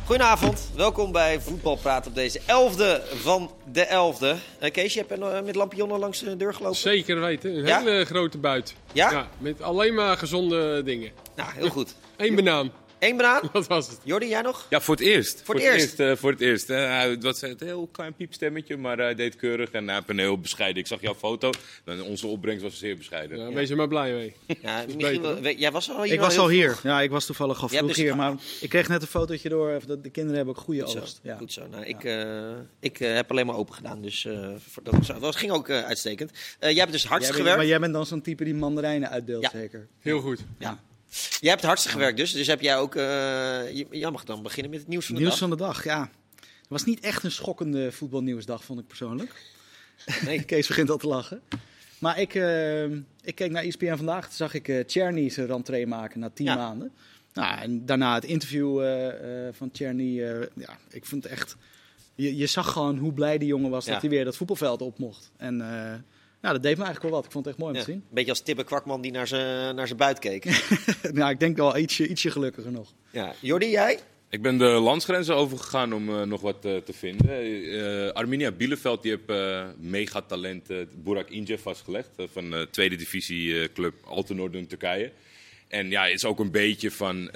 Goedenavond, welkom bij Voetbalpraat op deze 11e van de 11e. Kees, je hebt met lampionnen langs de deur gelopen? Zeker weten, een hele grote buit. Ja? Ja, met alleen maar gezonde dingen. Nou, heel goed. 1 banaan. 1 banaan? Wat was het? Jordi, jij nog? Ja, voor het eerst. Voor het eerst? Het was een heel klein piepstemmetje, maar hij deed keurig en hij heeft een heel bescheiden. Ik zag jouw foto. Onze opbrengst was zeer bescheiden. Ja, wees er maar blij mee. Ja, Michiel, jij was al hier. Ik was al hier. Ja, ik was toevallig al vroeg dus hier. Maar ik kreeg net een fotootje door. De kinderen hebben ook goede oogst. Ja. Goed zo. Nou, ik heb alleen maar open gedaan, dus dat ging ook uitstekend. Jij hebt dus hardst gewerkt. Maar jij bent dan zo'n type die mandarijnen uitdeelt, zeker? Heel goed. Ja. Jij hebt het hardste gewerkt dus heb jij ook... jij mag dan beginnen met het nieuws van de Nieuws dag. van de dag, ja. Het was niet echt een schokkende voetbalnieuwsdag, vond ik persoonlijk. Nee, Kees begint al te lachen. Maar ik keek naar ESPN vandaag. Toen zag ik Tjerny zijn rentree maken na 10 maanden. Nou, en daarna het interview van Tjerny. Ik vond het echt... Je zag gewoon hoe blij die jongen was dat hij weer dat voetbalveld op mocht. En... dat deed me eigenlijk wel wat. Ik vond het echt mooi om te zien. Een beetje als Tibbe Kwakman die naar zijn buit keek. Nou, ik denk wel ietsje gelukkiger nog. Ja. Jordi, jij? Ik ben de landsgrenzen overgegaan om nog wat te vinden. Arminia Bielefeld die heeft megatalent Burak Incev vastgelegd. Van tweede divisie club Altenord in Turkije. En ja, het is ook een beetje van...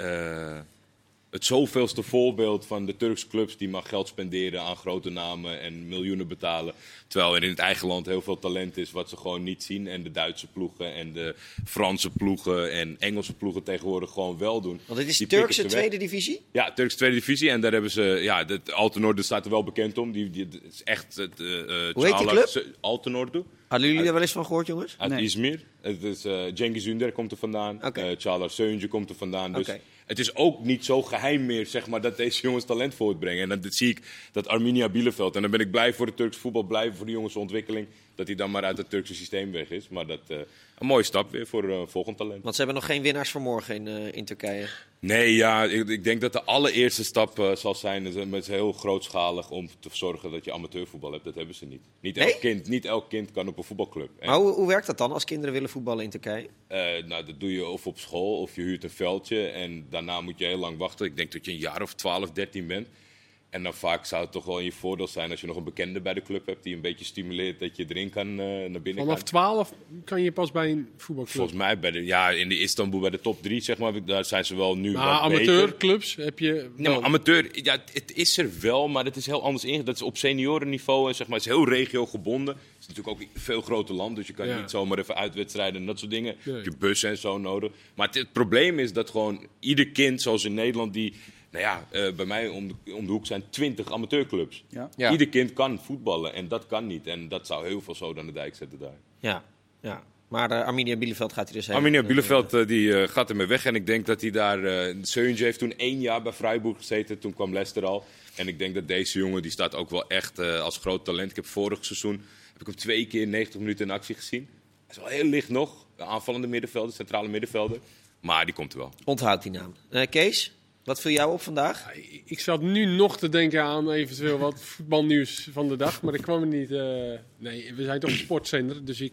het zoveelste voorbeeld van de Turkse clubs die maar geld spenderen aan grote namen en miljoenen betalen. Terwijl er in het eigen land heel veel talent is wat ze gewoon niet zien. En de Duitse ploegen en de Franse ploegen en Engelse ploegen tegenwoordig gewoon wel doen. Want dit is die Turkse tweede divisie? Ja, Turkse tweede divisie. En daar hebben ze... Ja, Altenorde staat er wel bekend om. Die is echt... Hoe heet die club? Altenorde. Hadden jullie daar wel eens van gehoord, jongens? Uit Izmir. Het is Cengiz Ünder komt er vandaan. Çağlar Söyüncü komt er vandaan. Dus het is ook niet zo geheim meer, zeg maar, dat deze jongens talent voortbrengen. En dan zie ik dat Arminia Bielefeld. En dan ben ik blij voor het Turks voetbal, blij voor de jongens ontwikkeling. Dat hij dan maar uit het Turkse systeem weg is. Maar dat een mooie stap weer voor volgend talent. Want ze hebben nog geen winnaars voor morgen in Turkije. Nee, ja, ik denk dat de allereerste stap zal zijn. Het is heel grootschalig om te zorgen dat je amateurvoetbal hebt. Dat hebben ze niet. Niet elk kind kan op een voetbalclub. Maar hoe werkt dat dan als kinderen willen voetballen in Turkije? Nou, dat doe je of op school of je huurt een veldje. En daarna moet je heel lang wachten. Ik denk dat je een jaar of 12, 13 bent. En dan vaak zou het toch wel in je voordeel zijn als je nog een bekende bij de club hebt die een beetje stimuleert dat je erin kan naar binnen. Vanaf 12 kan je pas bij een voetbalclub? Volgens mij in de Istanbul bij de top 3, zeg maar, daar zijn ze wel nu wat amateurclubs heb je... Nee, maar amateur, ja, het is er wel, maar het is heel anders ingezet. Dat is op seniorenniveau en zeg maar, het is heel regiogebonden. Het is natuurlijk ook een veel groter land, dus je kan niet zomaar even uitwedstrijden en dat soort dingen. Nee. Je hebt bussen en zo nodig. Maar het probleem is dat gewoon ieder kind, zoals in Nederland, die... Nou ja, bij mij om de hoek zijn 20 amateurclubs. Ja. Ieder kind kan voetballen en dat kan niet. En dat zou heel veel zoden aan de dijk zetten daar. Ja. Maar Arminia Bielefeld gaat hij dus heen. Arminia Bielefeld die gaat ermee weg. En ik denk dat hij daar... Söyüncü heeft toen 1 jaar bij Freiburg gezeten. Toen kwam Leicester al. En ik denk dat deze jongen, die staat ook wel echt als groot talent. Ik heb vorig seizoen heb ik hem 2 keer 90 minuten in actie gezien. Hij is wel heel licht nog. De aanvallende middenvelder, centrale middenvelder. Maar die komt er wel. Onthoud die naam. Kees? Wat viel jou op vandaag? Ik zat nu nog te denken aan eventueel wat voetbalnieuws van de dag, maar ik kwam er niet... Nee, we zijn toch een sportzender, dus ik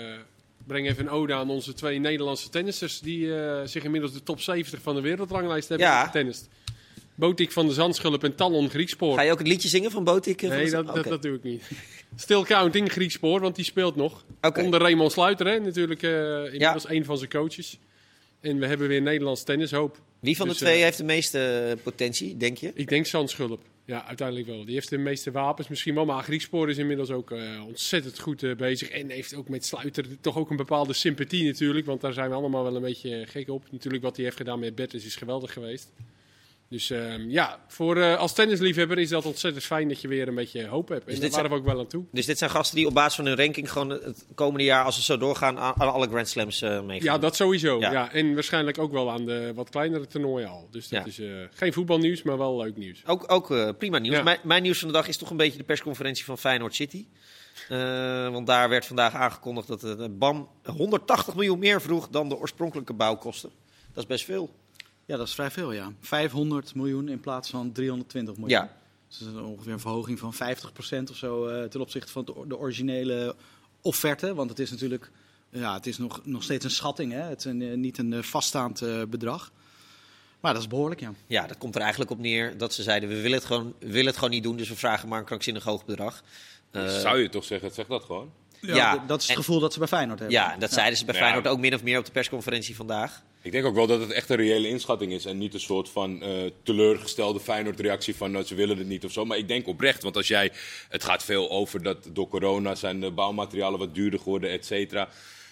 breng even een ode aan onze 2 Nederlandse tennissers die zich inmiddels de top 70 van de wereldranglijst hebben getennist. Botik van de Zandschulp en Talon Griekspoor. Ga je ook het liedje zingen van Botik? Nee, dat doe ik niet. Still Counting Griekspoor, want die speelt nog. Okay. Onder Raymond Sluiter, hè, natuurlijk inmiddels een van zijn coaches. En we hebben weer Nederlands tennishoop. Wie van de 2 heeft de meeste potentie, denk je? Ik denk Zandschulp. Ja, uiteindelijk wel. Die heeft de meeste wapens misschien wel. Maar Griekspoor is inmiddels ook ontzettend goed bezig. En heeft ook met Sluiter toch ook een bepaalde sympathie natuurlijk. Want daar zijn we allemaal wel een beetje gek op. Natuurlijk wat hij heeft gedaan met Bertens is geweldig geweest. Dus als tennisliefhebber is dat ontzettend fijn dat je weer een beetje hoop hebt. En Dus daar waren we ook wel aan toe. Dus dit zijn gasten die op basis van hun ranking gewoon het komende jaar, als ze zo doorgaan, aan alle Grand Slams meegaan? Ja, dat sowieso. Ja. Ja. En waarschijnlijk ook wel aan de wat kleinere toernooien al. Dus dat is geen voetbalnieuws, maar wel leuk nieuws. Ook prima nieuws. Ja. Mijn nieuws van de dag is toch een beetje de persconferentie van Feyenoord City. Want daar werd vandaag aangekondigd dat de BAM 180 miljoen meer vroeg dan de oorspronkelijke bouwkosten. Dat is best veel. Ja, dat is vrij veel, ja. 500 miljoen in plaats van 320 miljoen. Ja. Dus dat is ongeveer een verhoging van 50% of zo ten opzichte van de originele offerte. Want het is natuurlijk het is nog steeds een schatting. Hè? Het is niet een vaststaand bedrag. Maar dat is behoorlijk, ja. Ja, dat komt er eigenlijk op neer dat ze zeiden, we willen het gewoon niet doen, dus we vragen maar een krankzinnig hoog bedrag. Zou je toch zeggen, zeg dat gewoon? Ja, Dat is het gevoel dat ze bij Feyenoord hebben. Ja, dat zeiden ze bij Feyenoord ook min of meer op de persconferentie vandaag. Ik denk ook wel dat het echt een reële inschatting is en niet een soort van teleurgestelde Feyenoord-reactie van ze willen het niet of zo. Maar ik denk oprecht, want het gaat veel over dat door corona zijn de bouwmaterialen wat duurder geworden, et cetera.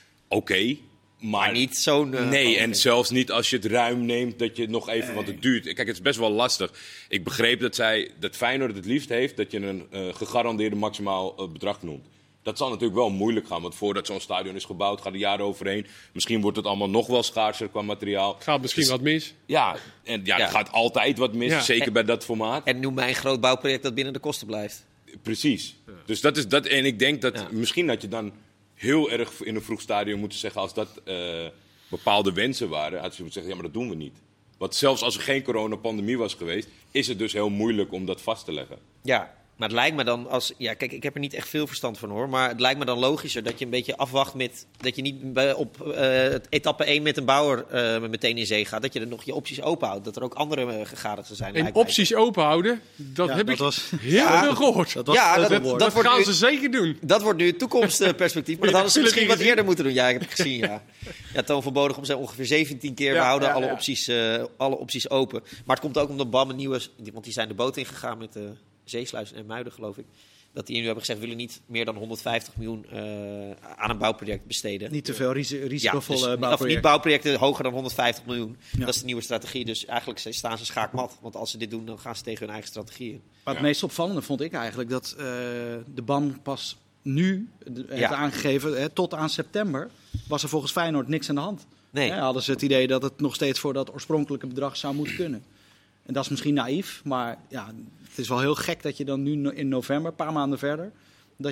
Oké. Maar niet zo'n... nee, en zelfs niet als je het ruim neemt, dat je het nog even... Want het duurt. Kijk, het is best wel lastig. Ik begreep dat Feyenoord het liefst heeft dat je een gegarandeerde maximaal bedrag noemt. Dat zal natuurlijk wel moeilijk gaan, want voordat zo'n stadion is gebouwd, gaat er jaren overheen. Misschien wordt het allemaal nog wel schaarser qua materiaal. Gaat misschien wat mis. Ja, er gaat altijd wat mis, Ja. zeker bij dat formaat. En noem mij een groot bouwproject dat binnen de kosten blijft. Precies. Ja. Dus dat is dat. En ik denk dat misschien dat je dan heel erg in een vroeg stadium moeten zeggen, als dat bepaalde wensen waren, had je moeten zeggen, ja, maar dat doen we niet. Want zelfs als er geen coronapandemie was geweest, is het dus heel moeilijk om dat vast te leggen. Ja, maar het lijkt me dan als... Ja, kijk, ik heb er niet echt veel verstand van hoor. Maar het lijkt me dan logischer dat je een beetje afwacht met... Dat je niet op etappe 1 met een bouwer meteen in zee gaat. Dat je er nog je opties open houdt. Dat er ook andere gegadigden zijn. En opties open houden, dat heb ik heel veel gehoord. Dat gaan ze zeker doen. Dat wordt nu het toekomstperspectief. Maar dat hadden ze misschien wat eerder moeten doen. Ja, ik heb het gezien, ja. Ja, Toon van Bodegom zei ongeveer 17 keer... we houden alle opties open. Maar het komt ook omdat BAM een nieuwe... Want die zijn de boot ingegaan met... Zeesluis en Muiden, geloof ik. Dat die nu hebben gezegd, we willen niet meer dan 150 miljoen aan een bouwproject besteden. Niet te veel risicovolle bouwprojecten. Of niet bouwprojecten hoger dan 150 miljoen. Ja. Dat is de nieuwe strategie. Dus eigenlijk staan ze schaakmat. Want als ze dit doen, dan gaan ze tegen hun eigen strategie in. Maar het meest opvallende vond ik eigenlijk dat de BAM pas nu heeft aangegeven, tot aan september, was er volgens Feyenoord niks aan de hand. Nee. Hadden ze het idee dat het nog steeds voor dat oorspronkelijke bedrag zou moeten kunnen. En dat is misschien naïef, maar ja, het is wel heel gek dat je dan nu in november, een paar maanden verder, dat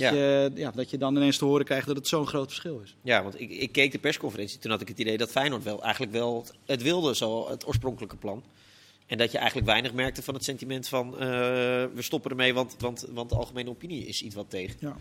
je dan ineens te horen krijgt dat het zo'n groot verschil is. Ja, want ik keek de persconferentie, toen had ik het idee dat Feyenoord eigenlijk wel het wilde, zo het oorspronkelijke plan. En dat je eigenlijk weinig merkte van het sentiment van we stoppen ermee, want de algemene opinie is iets wat tegen. Ja.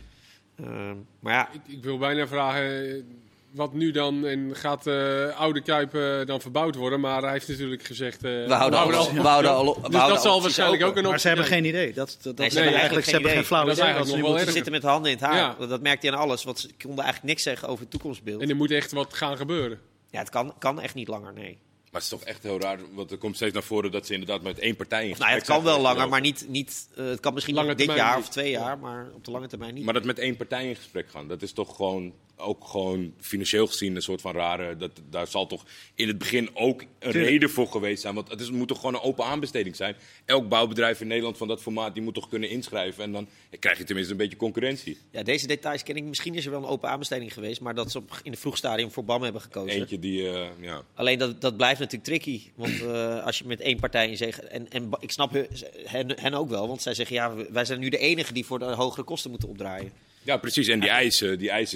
Maar ja. Ik wil bijna vragen... Wat nu dan? En gaat Oude Kuip dan verbouwd worden? Maar hij heeft natuurlijk gezegd... we houden al. Dus dat zal waarschijnlijk ook een optie. Maar ze hebben geen idee. Ze hebben geen flauw idee. Ze zitten met de handen in het haar. Ja. Dat merkte je aan alles. Want ze konden eigenlijk niks zeggen over het toekomstbeeld. En er moet echt wat gaan gebeuren. Ja, het kan echt niet langer, nee. Maar het is toch echt heel raar, want er komt steeds naar voren dat ze inderdaad met één partij in gesprek het kan wel langer, maar niet het kan misschien langer dit jaar of 2 jaar, maar op de lange termijn niet. Maar dat met één partij in gesprek gaan, dat is toch gewoon financieel gezien een soort van rare... Daar zal toch in het begin ook een reden voor geweest zijn. Want het moet toch gewoon een open aanbesteding zijn. Elk bouwbedrijf in Nederland van dat formaat, die moet toch kunnen inschrijven. En dan krijg je tenminste een beetje concurrentie. Ja, deze details ken ik. Misschien is er wel een open aanbesteding geweest, maar dat ze in een vroeg stadium voor BAM hebben gekozen. Eentje die, Alleen dat blijft natuurlijk tricky. Want als je met één partij in zegt... En ik snap hen ook wel, want zij zeggen... ja, wij zijn nu de enige die voor de hogere kosten moeten opdraaien. Ja, precies. En die eis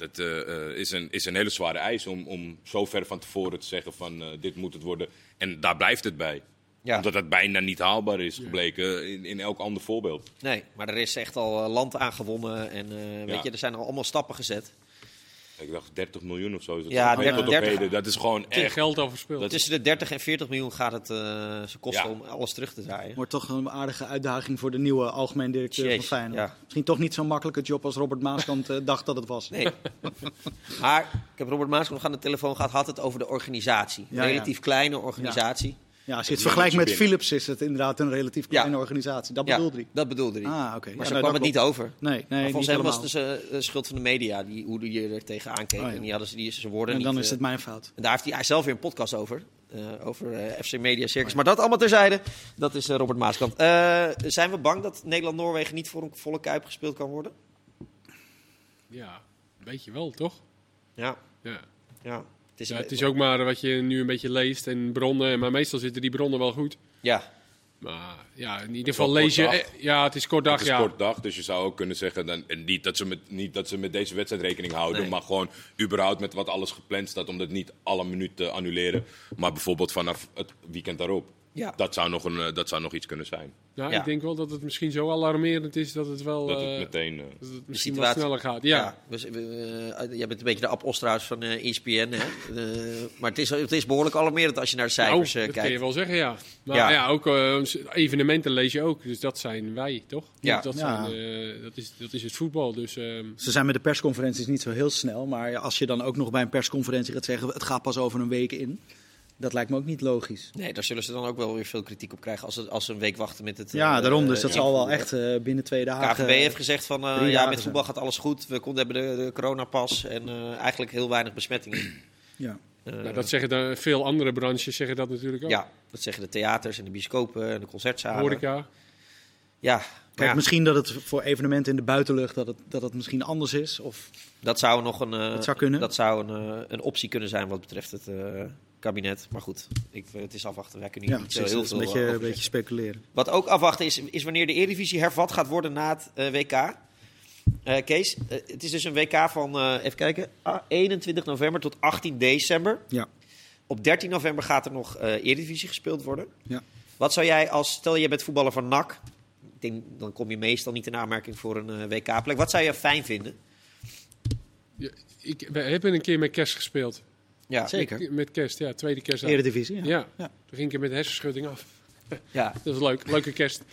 is een hele zware eis om zo ver van tevoren te zeggen van dit moet het worden. En daar blijft het bij. Ja. Omdat het bijna niet haalbaar is gebleken in elk ander voorbeeld. Nee, maar er is echt al land aangewonnen en weet je, er zijn al allemaal stappen gezet. Ik dacht 30 miljoen of zo. Is het ja, 30. Dat is gewoon echt geld overspeeld. Tussen de 30 en 40 miljoen gaat het ze kosten om alles terug te draaien. Wordt toch een aardige uitdaging voor de nieuwe algemeen directeur van Feyenoord. Ja. Misschien toch niet zo'n makkelijke job als Robert Maaskant dacht dat het was. Nee. Maar ik heb Robert Maaskant nog aan de telefoon gehad, had het over de organisatie. Een relatief kleine organisatie. Ja. Ja, als je het vergelijkt met Philips is het inderdaad een relatief kleine organisatie. Dat bedoelde hij. Dat bedoelde hij. Ah, okay. Maar zo kwam het niet over. Nee, maar volgens hem was het de schuld van de media, hoe je er tegenaan keek. En die hadden zijn woorden niet. En dan is het mijn fout. En daar heeft hij zelf weer een podcast over FC Media Circus. Maar dat allemaal terzijde. Dat is Robert Maaskant. Zijn we bang dat Nederland-Noorwegen niet voor een volle Kuip gespeeld kan worden? Ja, een beetje wel, toch? Ja. Het is ook maar wat je nu een beetje leest en bronnen. Maar meestal zitten die bronnen wel goed. Ja. Maar ja, in ieder geval lees je... Ja, het is kort dag, Het is kort dag, dus je zou ook kunnen zeggen... Niet dat ze met deze wedstrijd rekening houden... maar gewoon überhaupt met wat alles gepland staat... om dat niet alle minuten te annuleren. Maar bijvoorbeeld vanaf het weekend daarop. Ja. Dat zou nog iets kunnen zijn. Nou, Ja. ik denk wel dat het misschien zo alarmerend is dat het wel... Dat het meteen... dat het misschien situatie- wat sneller gaat. Ja. Jij bent een beetje de Ab Ostraus van ESPN, hè? Maar het is behoorlijk alarmerend als je naar de cijfers dat kun kijkt. je wel zeggen, ja. Maar Ja. ja, ook evenementen lees je ook. Dus dat zijn wij, toch? Ja. Dus dat is het voetbal. Dus, Ze zijn met de persconferenties niet zo heel snel. Maar als je dan ook nog bij een persconferentie gaat zeggen, het gaat pas over een week in. Dat lijkt me ook niet logisch. Nee, daar zullen ze dan ook wel weer veel kritiek op krijgen als ze een week wachten met het... Ja, daarom. Dus dat zal wel echt binnen 2 dagen... KVB heeft gezegd van, 3 ja, dagen met voetbal gaat alles goed. We hebben de coronapas en eigenlijk heel weinig besmettingen. Ja. nou, dat zeggen veel andere branches zeggen dat natuurlijk ook. Ja, dat zeggen de theaters en de bioscopen en de concertzalen. Horeca. Ja, Kijk, ja, misschien dat het voor evenementen in de buitenlucht dat het misschien anders is. Of dat zou nog dat zou kunnen. Dat zou een optie kunnen zijn wat betreft het kabinet. Maar goed, het is afwachten. Wij kunnen hier Ja, niet precies. heel Dat is veel een beetje, over beetje zeggen. speculeren. Wat ook afwachten is wanneer de Eredivisie hervat gaat worden na het WK. Kees, het is dus een WK van, even kijken, 21 november tot 18 december. Ja. Op 13 november gaat er nog Eredivisie gespeeld worden. Ja. Wat zou jij stel je bent voetballer van NAC, ik denk, dan kom je meestal niet in aanmerking voor een WK-plek. Wat zou je fijn vinden? We hebben een keer met kerst gespeeld. Ja, Zeker. Met kerst, ja. Tweede kerst. Eredivisie, ja. Ja. Ja. Toen ging ik er met hersenschudding af. ja. Dat is leuk. Leuke kerst.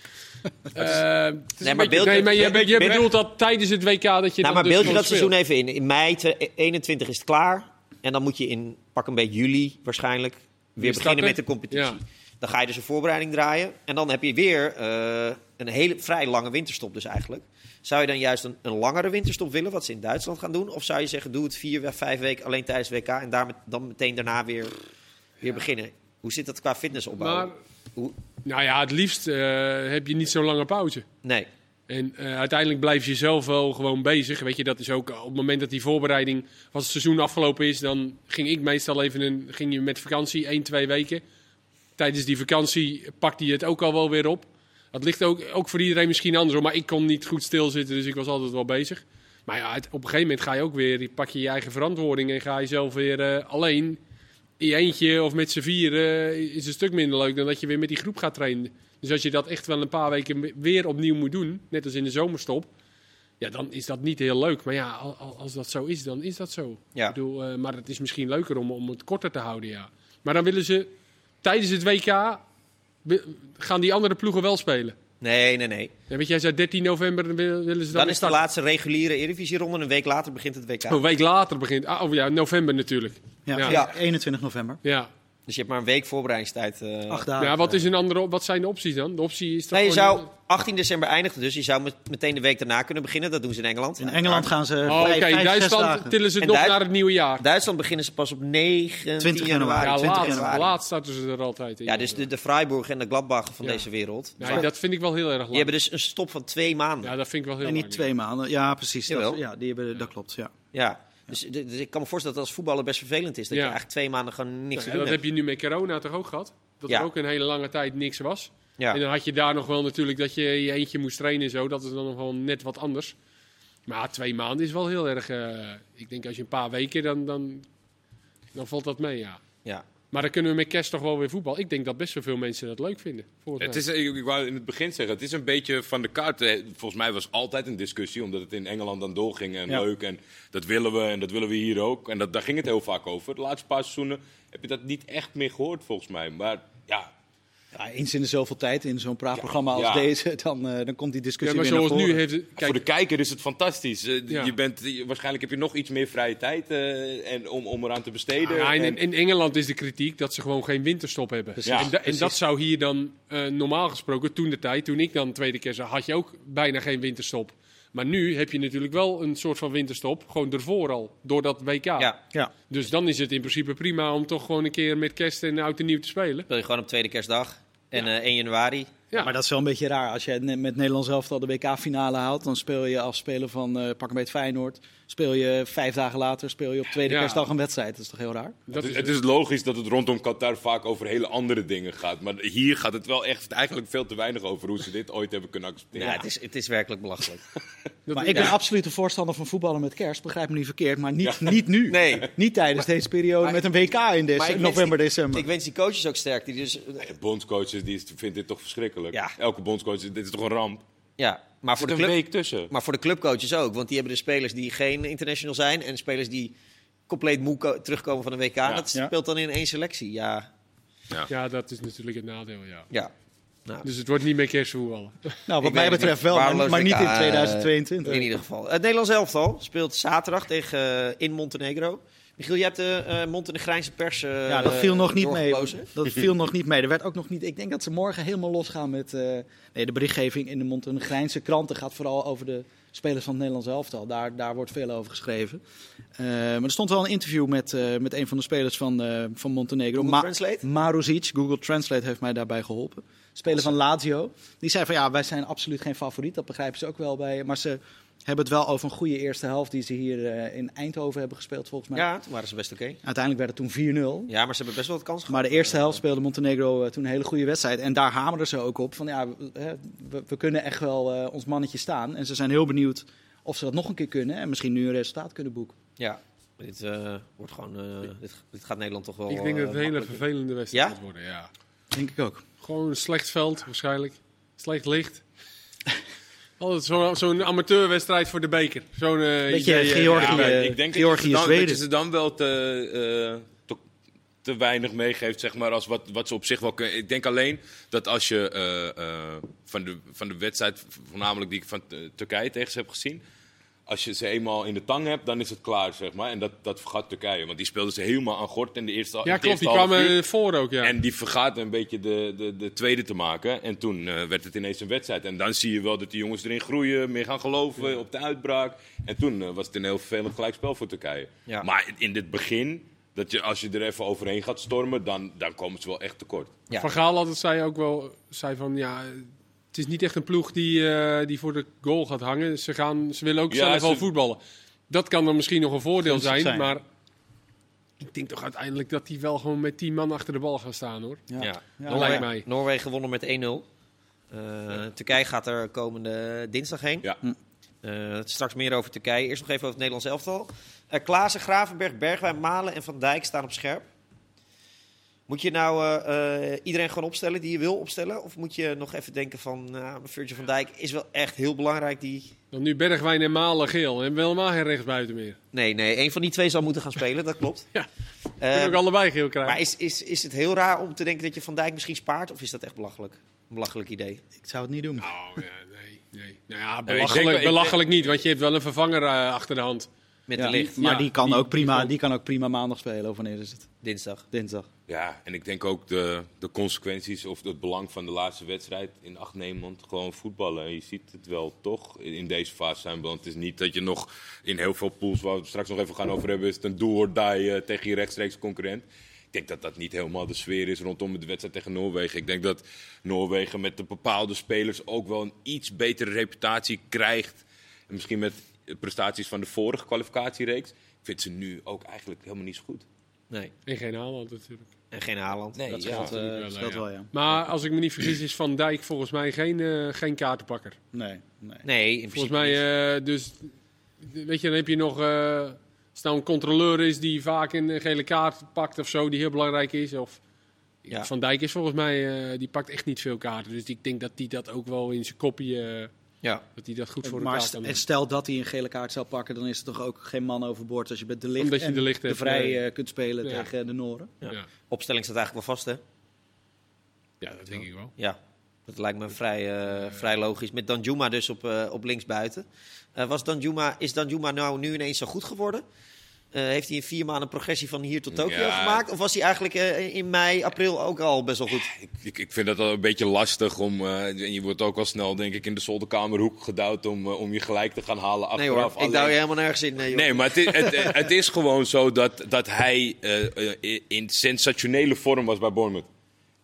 Nee, maar je bedoelt dat tijdens het WK dat je Nou, dan maar beeld je dus dat gewoon seizoen even in. In mei 21 is het klaar. En dan moet je in pak een beetje juli waarschijnlijk weer beginnen starten. met de competitie. Ja. Dan ga je dus een voorbereiding draaien. En dan heb je weer een hele vrij lange winterstop dus eigenlijk. Zou je dan juist een langere winterstop willen, wat ze in Duitsland gaan doen? Of zou je zeggen, doe het 4, 5 weken alleen tijdens het WK en dan meteen daarna weer beginnen? Hoe zit dat qua fitnessopbouw? Maar, nou ja, het liefst heb je niet zo'n lange pauze. Nee. En uiteindelijk blijf je zelf wel gewoon bezig. Weet je, dat is ook op het moment dat die voorbereiding, als het seizoen afgelopen is, dan ging ik meestal ging je met vakantie 1, 2 weken. Tijdens die vakantie pakte je het ook al wel weer op. Dat ligt ook voor iedereen misschien anders, hoor, maar ik kon niet goed stilzitten, dus ik was altijd wel bezig. Maar ja, op een gegeven moment ga je ook weer, pak je je eigen verantwoording en ga je zelf weer alleen in je eentje of met z'n vieren is een stuk minder leuk dan dat je weer met die groep gaat trainen. Dus als je dat echt wel een paar weken weer opnieuw moet doen, net als in de zomerstop, ja, dan is dat niet heel leuk. Maar ja, als dat zo is, dan is dat zo. Ja. Ik bedoel, maar het is misschien leuker om het korter te houden, ja. Maar dan willen ze tijdens het WK, gaan die andere ploegen wel spelen. Nee. Ja, weet jij, zei 13 november willen ze dan Dan is de starten. laatste reguliere Eredivisie-ronde. Een week later begint het WK. Een week later begint. November natuurlijk. Ja. Ja. 21 november. Ja. Dus je hebt maar een week voorbereidingstijd. 8 dagen. Ja, wat zijn de opties dan? De optie is toch Nee, je gewoon- zou 18 december eindigen, dus je zou meteen de week daarna kunnen beginnen. Dat doen ze in Engeland. In Engeland gaan ze Oh, oké, 5, 6 Duitsland dagen. tillen ze het En nog naar het nieuwe jaar. Duitsland beginnen ze pas op 19 20 januari. Ja, 20 laat, laat starten ze er altijd in. Ja, dus de Freiburg en de Gladbach van Ja. deze wereld. Nee, dat vind ik wel heel erg Die lang. hebben dus een stop van 2 maanden. Ja, dat vind ik wel heel En niet lang. 2 maanden. Ja, precies. Jawel. Dat klopt, ja. Ja. Dus ik kan me voorstellen dat als voetballer best vervelend is. Dat Ja. je eigenlijk 2 maanden gewoon niks te Ja, doen dat hebt. heb je nu met corona toch ook gehad? Dat Ja. er ook een hele lange tijd niks was. Ja. En dan had je daar nog wel natuurlijk dat je je eentje moest trainen en zo. Dat is dan nog wel net wat anders. Maar 2 maanden is wel heel erg... ik denk als je een paar weken, dan valt dat mee, ja. Ja. Maar dan kunnen we met kerst toch wel weer voetbal. Ik denk dat best wel veel mensen dat leuk vinden. Het is, ik wou in het begin zeggen, het is een beetje van de kaart. Volgens mij was het altijd een discussie, omdat het in Engeland dan doorging en Ja. leuk. En dat willen we hier ook. En daar ging het heel vaak over. De laatste paar seizoenen heb je dat niet echt meer gehoord, volgens mij. Maar ja, Ja, eens in de zoveel tijd in zo'n praatprogramma als Ja. deze, dan komt die Ja, discussie maar weer naar zoals voren. nu heeft... voor de Kijk, kijker is het fantastisch. Ja. Waarschijnlijk heb je nog iets meer vrije tijd om eraan te besteden. ja, En- in Engeland is de kritiek dat ze gewoon geen winterstop hebben. Precies. Ja, En dat zou hier dan normaal gesproken, toen ik dan tweede keer zag, had je ook bijna geen winterstop. Maar nu heb je natuurlijk wel een soort van winterstop, gewoon ervoor al, door dat WK. Ja. Ja. Dus dan is het in principe prima om toch gewoon een keer met kerst en oud en nieuw te spelen. Speel je gewoon op tweede kerstdag en 1 januari. Ja. Maar dat is wel een beetje raar. Als je met Nederland zelf al de WK-finale haalt, dan speel je als speler van pak een beetje Feyenoord. Speel je 5 dagen later op tweede kerstdag een wedstrijd. Dat is toch heel raar? Het is logisch dat het rondom Qatar vaak over hele andere dingen gaat. Maar hier gaat het wel echt eigenlijk veel te weinig over hoe ze dit ooit hebben kunnen accepteren. Ja, het is werkelijk belachelijk. Maar ik ben absoluut een voorstander van voetballen met kerst. Begrijp me niet verkeerd, maar niet nu. Nee. Niet tijdens deze periode met een WK in november, december. Ik wens die coaches ook sterk. Die dus, De bondscoaches die vinden dit toch verschrikkelijk. Ja. Elke bondscoach, dit is toch een ramp. ja, maar voor, Er de zit een club, week tussen. maar voor de clubcoaches ook. Want die hebben de spelers die geen international zijn. En spelers die compleet moe terugkomen van een WK. Ja. Dat Ja. speelt dan in 1 selectie. Ja, dat is natuurlijk het nadeel, Ja. Nou, Dus het wordt niet meer kerstvoetballen. Nou, wat Ik mij weet betreft wel, waardeloos maar niet WK, in 2022. in ieder geval. Het Nederlands elftal speelt zaterdag in Montenegro. Michiel, jij hebt de Montenegrijnse pers Ja, dat viel nog niet mee. doorgeplozen. Dat viel nog niet mee. Er werd ook nog niet. Ik denk dat ze morgen helemaal losgaan met. De berichtgeving in de Montenegrijnse kranten gaat vooral over de spelers van het Nederlands elftal. Daar wordt veel over geschreven. Maar er stond wel een interview met een van de spelers van Montenegro. Google Translate? Maruzic. Google Translate heeft mij daarbij geholpen. Speler van Lazio. Die zei van ja, wij zijn absoluut geen favoriet. Dat begrijpen ze ook wel bij. Maar ze hebben het wel over een goede eerste helft die ze hier in Eindhoven hebben gespeeld volgens mij. Ja, toen waren ze best oké. Uiteindelijk werd het toen 4-0. Ja, maar ze hebben best wel wat kans gehad. Maar de eerste helft speelde Montenegro toen een hele goede wedstrijd. En daar hamerden ze ook op van ja, we kunnen echt wel ons mannetje staan. En ze zijn heel benieuwd of ze dat nog een keer kunnen. En misschien nu een resultaat kunnen boeken. Ja, dit wordt gewoon... dit gaat Nederland toch wel... Ik denk dat het een hele makkelijk. vervelende wedstrijd Ja? gaat worden. Ja. Denk ik ook. Gewoon een slecht veld waarschijnlijk. Slecht licht. Altijd zo'n amateurwedstrijd voor de beker. Zo'n Beetje idee, Georgië. maar ik denk Georgië, dat Zweden. je ze dan wel te weinig meegeeft, zeg maar, als wat ze op zich wel kunnen. Ik denk alleen dat als je van de wedstrijd, voornamelijk die ik van Turkije tegen ze heb gezien, als je ze eenmaal in de tang hebt, dan is het klaar, zeg maar. En dat vergat Turkije, want die speelden ze helemaal aan gort in de eerste Ja, klopt. Die half uur. kwamen voor ook, ja. En die vergaat een beetje de tweede te maken. En toen werd het ineens een wedstrijd. En dan zie je wel dat die jongens erin groeien, meer gaan geloven op de uitbraak. En toen was het een heel vervelend gelijkspel voor Turkije. Ja. Maar in dit begin, als je er even overheen gaat stormen, dan komen ze wel echt tekort. Ja. Van Gaal altijd zei van ja, het is niet echt een ploeg die voor de goal gaat hangen. Ze willen ook zelf wel voetballen. Dat kan dan misschien nog een voordeel zijn, maar ik denk toch uiteindelijk dat die wel gewoon met 10 man achter de bal gaan staan, hoor. Ja. Dat lijkt mij. Noorwegen wonnen met 1-0. Turkije gaat er komende dinsdag heen. Ja. Straks meer over Turkije. Eerst nog even over het Nederlands elftal. Klaassen, Gravenberg, Bergwijn, Malen en Van Dijk staan op scherp. Moet je nou iedereen gewoon opstellen die je wil opstellen? Of moet je nog even denken van Virgil van Dijk is wel echt heel belangrijk. Dan nu Bergwijn en Malen geel. En we helemaal geen rechtsbuiten meer. Nee, één van die twee zal moeten gaan spelen, dat klopt. Ja, kunnen ook allebei geel krijgen. Maar is het heel raar om te denken dat je Van Dijk misschien spaart? Of is dat echt belachelijk? Een belachelijk idee. Ik zou het niet doen. Oh, ja, nee. Nou ja, ik belachelijk niet, want je hebt wel een vervanger achter de hand. Met Ja, de licht. maar Ja, die kan die ook prima maandag spelen. Of wanneer is het? Dinsdag. Dinsdag. Ja, en ik denk ook de consequenties of het belang van de laatste wedstrijd in acht nemen. Want gewoon voetballen. En je ziet het wel toch in deze fase zijn. Want het is niet dat je nog in heel veel pools, waar we het straks nog even gaan over hebben, is het een do or die tegen je rechtstreeks concurrent. Ik denk dat dat niet helemaal de sfeer is rondom de wedstrijd tegen Noorwegen. Ik denk dat Noorwegen met de bepaalde spelers ook wel een iets betere reputatie krijgt. En misschien met prestaties van de vorige kwalificatiereeks. Ik vind ze nu ook eigenlijk helemaal niet zo goed. Nee. En geen Haaland natuurlijk. En geen Haaland. Nee, dat ja. scheelt, Wel, Dat wel, ja. Maar als ik me niet vergis is Van Dijk volgens mij geen kaartenpakker. Nee. nee, in Volgens principe mij, niet. dus weet je, dan heb je nog, als nou een controleur is die vaak een gele kaart pakt of zo, die heel belangrijk is. Of Ja. Van Dijk is volgens mij, die pakt echt niet veel kaarten. Dus ik denk dat hij dat ook wel in zijn kopje, Ja. dat hij dat goed voor Maar elkaar kan doen. stel dat hij een gele kaart zou pakken, dan is er toch ook geen man overboord als je met de licht Omdat je en de licht hebt, vrij kunt spelen ja. tegen de Noren. Ja. Ja. Opstelling staat eigenlijk wel vast, hè? Ja, dat denk ik wel. Ja. Dat lijkt me vrij logisch. Met Danjuma dus op linksbuiten. Is Danjuma nou nu ineens zo goed geworden? Heeft hij in 4 maanden een progressie van hier tot Tokio Ja. gemaakt? Of was hij eigenlijk in mei, april ook al best wel goed? Ik vind dat wel een beetje lastig om. En je wordt ook wel snel, denk ik, in de zolderkamerhoek gedouwd om je gelijk te gaan halen Nee achteraf. hoor, ik douw je helemaal nergens in. Nee, joh. Nee, maar het is gewoon zo dat hij in sensationele vorm was bij Bournemouth.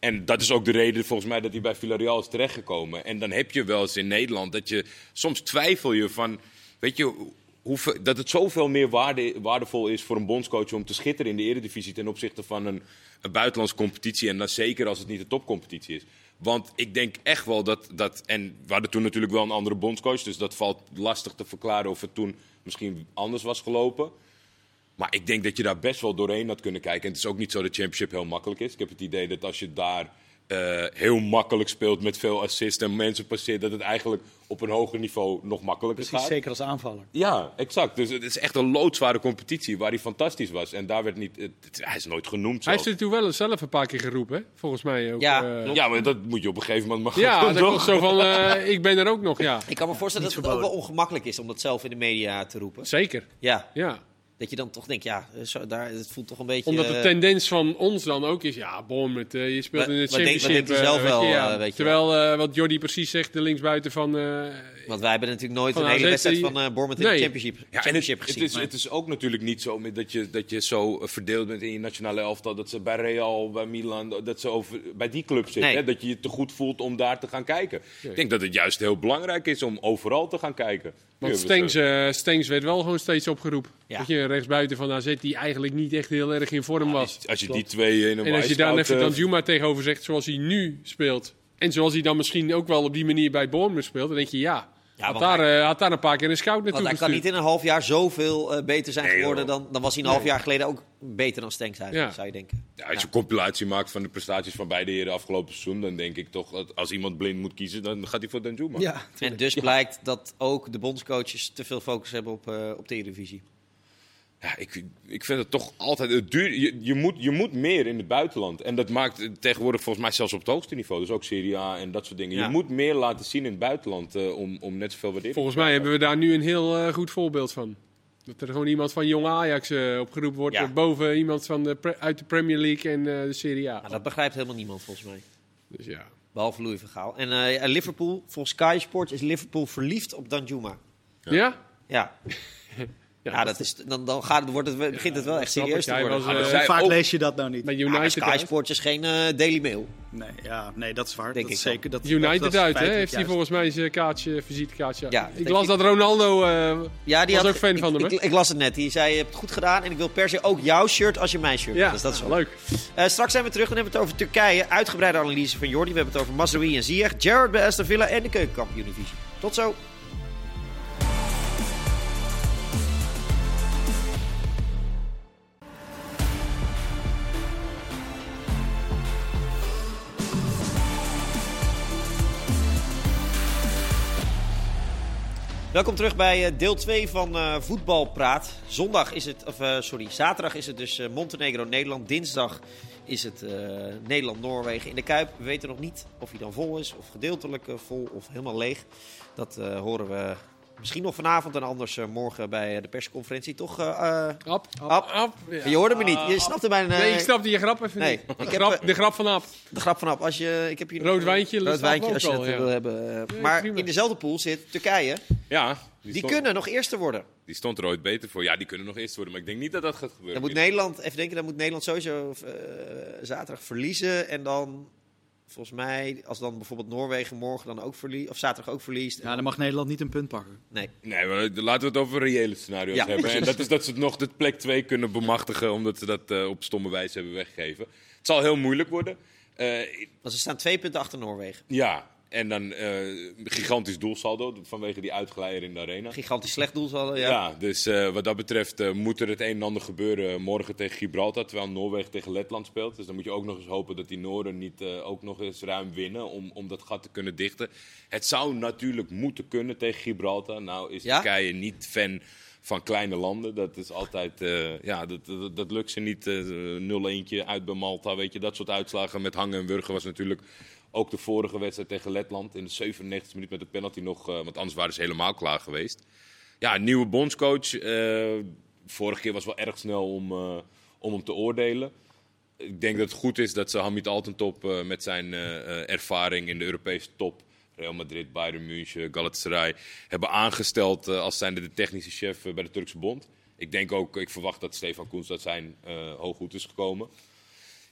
En dat is ook de reden volgens mij dat hij bij Villarreal is terechtgekomen. En dan heb je wel eens in Nederland dat je soms twijfel je van, weet je, dat het zoveel meer waardevol is voor een bondscoach om te schitteren in de Eredivisie ten opzichte van een buitenlandse competitie. En dan zeker als het niet de topcompetitie is. Want ik denk echt wel dat en we hadden toen natuurlijk wel een andere bondscoach, dus dat valt lastig te verklaren of het toen misschien anders was gelopen. Maar ik denk dat je daar best wel doorheen had kunnen kijken. En het is ook niet zo dat Championship heel makkelijk is. Ik heb het idee dat als je daar heel makkelijk speelt met veel assists en mensen passeert, dat het eigenlijk op een hoger niveau nog makkelijker gaat. Zeker als aanvaller. Ja, exact. Dus het is echt een loodzware competitie waar hij fantastisch was. En daar werd niet... hij is nooit genoemd. Hij heeft het toen wel zelf een paar keer geroepen, hè? Volgens mij ook. Ja, maar dat moet je op een gegeven moment dat was zo van, ik ben er ook nog, ja. Ik kan me voorstellen dat het ook wel ongemakkelijk is om dat zelf in de media te roepen. Zeker. Ja. Dat je dan toch denkt, het voelt toch een beetje... Omdat de tendens van ons dan ook is, Bournemouth, je speelt in het Championship. Wat denkt hij zelf wel, weet je. Terwijl, wat Jordi precies zegt, de linksbuiten van... Want wij hebben natuurlijk nooit een hele wedstrijd van Bournemouth in de Championship gezien. Het is ook natuurlijk niet zo dat je zo verdeeld bent in je nationale elftal, dat ze bij Real, bij Milan, dat ze bij die club zitten. Nee. Hè? Dat je je te goed voelt om daar te gaan kijken. Nee. Ik denk dat het juist heel belangrijk is om overal te gaan kijken. Want Stengs werd wel gewoon steeds opgeroepen. Ja. Dat je rechtsbuiten van AZ die eigenlijk niet echt heel erg in vorm was. Als je die twee in een en als je daar even Danjuma tegenover zegt zoals hij nu speelt. En zoals hij dan misschien ook wel op die manier bij Bournemouth speelt. Dan denk je had daar een paar keer een scout naartoe gestuurd. Hij kan niet in een half jaar zoveel beter zijn geworden. Dan was hij een half jaar geleden ook beter dan Stengs eigenlijk, zou je denken. Ja, als je een compilatie maakt van de prestaties van beide heren afgelopen seizoen, dan denk ik toch dat als iemand blind moet kiezen, dan gaat hij voor Danjuma. Ja, en dus blijkt dat ook de bondscoaches te veel focus hebben op de Eredivisie. Ja, ik vind het toch altijd het duur. Je moet meer in het buitenland. En dat maakt tegenwoordig volgens mij zelfs op het hoogste niveau. Dus ook Serie A en dat soort dingen. Ja. Je moet meer laten zien in het buitenland om net zoveel waardering. Volgens mij hebben we daar nu een heel goed voorbeeld van. Dat er gewoon iemand van Jong Ajax opgeroepen wordt boven iemand uit de Premier League en de Serie A. Nou, dat begrijpt helemaal niemand volgens mij. Dus ja. Behalve Louis van Gaal. En Liverpool, volgens Sky Sports is Liverpool verliefd op Danjuma. Ja? Ja. Ja, dat is, dan begint het wel echt serieus te worden. Vaak lees je dat nou niet. Bij United Sky Sports is geen Daily Mail. Nee, dat is waar. Denk dat ik is zeker. Dat, United dat uit, hè? Heeft hij volgens mij zijn visitekaartje. Ja, ik las dat Ronaldo die was ook fan van hem. Ik las het net. Die zei, je hebt het goed gedaan en ik wil per se ook jouw shirt als je mijn shirt hebt. Dus dat is wel leuk. Straks zijn we terug en hebben we het over Turkije. Uitgebreide analyse van Jordi. We hebben het over Mazraoui en Ziyech, Gerrard bij Aston Villa en de Keukenkampioen-divisie. Tot zo. Welkom terug bij deel 2 van Voetbalpraat. Zaterdag is het dus Montenegro-Nederland. Dinsdag is het Nederland-Noorwegen in de Kuip. We weten nog niet of hij dan vol is, of gedeeltelijk vol, of helemaal leeg. Dat horen we misschien nog vanavond en anders morgen bij de persconferentie. Toch, Ap. Ja. Je hoorde me niet. Je snapte mijn... Nee, ik snapte je grap even niet. De grap van Ap. De grap van Ap. Ik heb hier rood wijntje als je het wil hebben. Maar prima. In dezelfde pool zit Turkije. Ja. Die kunnen nog eerste worden. Die stond er ooit beter voor. Ja, die kunnen nog eerste worden. Maar ik denk niet dat dat gaat gebeuren. Dan moet Nederland sowieso zaterdag verliezen. En dan, volgens mij, als dan bijvoorbeeld Noorwegen morgen dan ook verliest, of zaterdag ook verliest. Ja, dan mag Nederland niet een punt pakken. Nee, maar laten we het over reële scenario's hebben. Precies. En dat is dat ze nog de plek 2 kunnen bemachtigen, omdat ze dat op stomme wijze hebben weggegeven. Het zal heel moeilijk worden. Want ze staan 2 punten achter Noorwegen. Ja. En dan gigantisch doelsaldo vanwege die uitglijder in de arena. Gigantisch slecht doelsaldo, ja. Ja, dus wat dat betreft moet er het een en ander gebeuren morgen tegen Gibraltar. Terwijl Noorwegen tegen Letland speelt. Dus dan moet je ook nog eens hopen dat die Noorden niet ook nog eens ruim winnen om dat gat te kunnen dichten. Het zou natuurlijk moeten kunnen tegen Gibraltar. Nou is Turkije niet fan van kleine landen. Dat is altijd, dat lukt ze niet. 0-1 uit bij Malta, weet je. Dat soort uitslagen met hangen en wurgen was natuurlijk... Ook de vorige wedstrijd tegen Letland in de 97e minuut met de penalty nog. Want anders waren ze helemaal klaar geweest. Ja, een nieuwe bondscoach. Vorige keer was wel erg snel om hem te oordelen. Ik denk dat het goed is dat ze Hamid Altintop met zijn ervaring in de Europese top... Real Madrid, Bayern München, Galatasaray... hebben aangesteld als zijnde de technische chef bij de Turkse bond. Ik verwacht dat Stefan Koens dat zijn hoog goed is gekomen.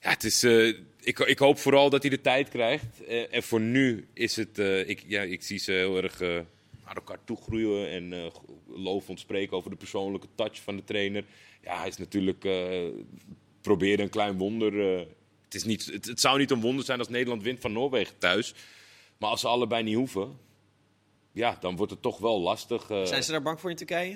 Ja, het is... Ik hoop vooral dat hij de tijd krijgt. En voor nu is het... ik zie ze heel erg naar elkaar toegroeien en lovend spreken over de persoonlijke touch van de trainer. Ja, hij is natuurlijk... proberen een klein wonder. Het zou niet een wonder zijn als Nederland wint van Noorwegen thuis. Maar als ze allebei niet hoeven... Ja, dan wordt het toch wel lastig. Zijn ze daar bang voor in Turkije?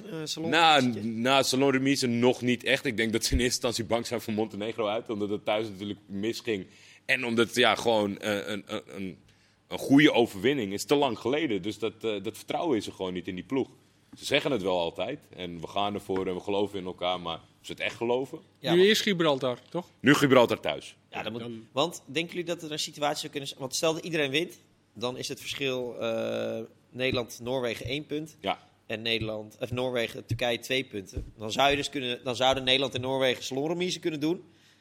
Salon remise nog niet echt. Ik denk dat ze in eerste instantie bang zijn voor Montenegro uit. Omdat het thuis natuurlijk misging. En omdat gewoon een goede overwinning is te lang geleden. Dus dat vertrouwen is er gewoon niet in die ploeg. Ze zeggen het wel altijd. En we gaan ervoor en we geloven in elkaar. Maar ze het echt geloven? Ja, nu eerst Gibraltar, toch? Nu Gibraltar thuis. Ja, want denken jullie dat er een situatie zou kunnen zijn? Want stel dat iedereen wint. Dan is het verschil Nederland-Noorwegen 1 punt. Ja. En Noorwegen-Turkije 2 punten. Dan zouden Nederland en Noorwegen salonremise kunnen doen.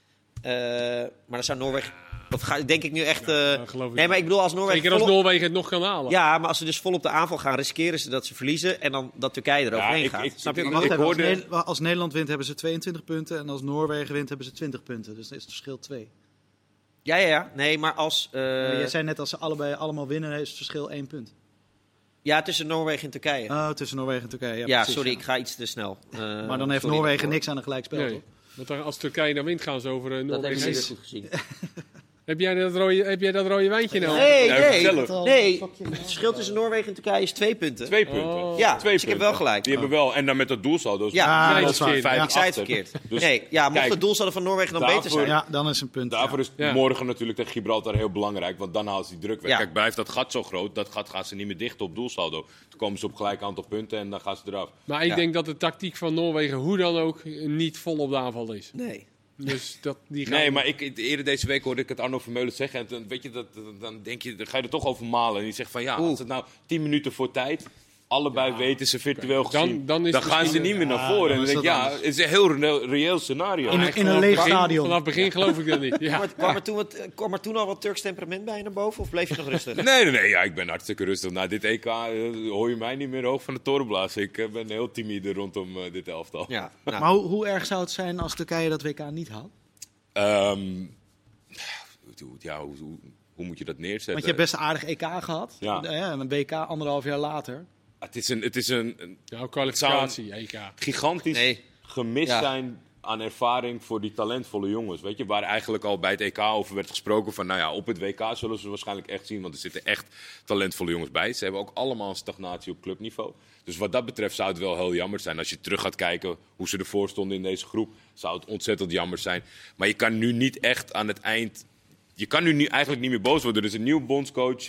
Maar dan zou Noorwegen... Dat denk ik nu echt... nee, maar ik bedoel als Noorwegen... Zeker als Noorwegen het nog kan halen. Ja, maar als ze dus vol op de aanval gaan, riskeren ze dat ze verliezen. En dan dat Turkije eroverheen gaat. Snap je? Als Nederland wint, hebben ze 22 punten. En als Noorwegen wint, hebben ze 20 punten. Dus dan is het verschil 2. Ja. Nee, maar als... Je zei net, als ze allemaal winnen, is het verschil 1 punt. Ja, tussen Noorwegen en Turkije. Oh, tussen Noorwegen en Turkije. Ja, precies, sorry, ik ga iets te snel. Maar dan heeft Noorwegen niks aan een gelijkspel, nee. toch? Want als Turkije dan wint, gaan ze over Noorwegen. Dat heb ik goed gezien. Heb jij dat rode wijntje nou? Nee. Het verschil tussen Noorwegen en Turkije is 2 punten. 2 punten. Oh. Ja, dus ik heb wel gelijk. Die hebben wel. En dan met dat doelsaldo. Ja, dat is 5 ik zei het verkeerd. Dus, mocht het doelsaldo van Noorwegen dan beter zijn. Ja, dan is een punt. Daarvoor is morgen natuurlijk tegen Gibraltar heel belangrijk. Want dan haalt ze die druk weg. Ja. Kijk, blijft dat gat zo groot. Dat gat gaan ze niet meer dichten op doelsaldo. Dan komen ze op gelijk aantal punten en dan gaan ze eraf. Maar ik denk dat de tactiek van Noorwegen hoe dan ook niet vol op de aanval is. Nee. Dus maar eerder deze week hoorde ik het Arno Vermeulen zeggen. En dan, weet je, dan denk je, dan ga je er toch over malen. En die zegt van als het nou 10 minuten voor tijd... Allebei weten ze virtueel gezien. Dan gaan ze niet meer naar voren. En dan denk ik, het is een heel reëel scenario. In een leeg stadion. Vanaf het begin geloof ik dat niet. Ja. Kwam er toen al wat Turks temperament bij je naar boven? Of bleef je nog rustig? Nee, ja, ik ben hartstikke rustig. Na dit EK hoor je mij niet meer hoog van de toren blazen. Ik ben heel timide rondom dit elftal. Ja, nou. Maar hoe erg zou het zijn als Turkije dat WK niet haalt? Hoe moet je dat neerzetten? Want je hebt best een aardig EK gehad. Ja. En een WK 1,5 jaar later. Het is een kwalificatie, EK. Gigantisch gemist zijn aan ervaring voor die talentvolle jongens. Weet je, waar eigenlijk al bij het EK over werd gesproken van... op het WK zullen ze waarschijnlijk echt zien... want er zitten echt talentvolle jongens bij. Ze hebben ook allemaal een stagnatie op clubniveau. Dus wat dat betreft zou het wel heel jammer zijn... als je terug gaat kijken hoe ze ervoor stonden in deze groep... zou het ontzettend jammer zijn. Maar je kan nu niet echt aan het eind... Je kan nu eigenlijk niet meer boos worden. Er is een nieuw bondscoach...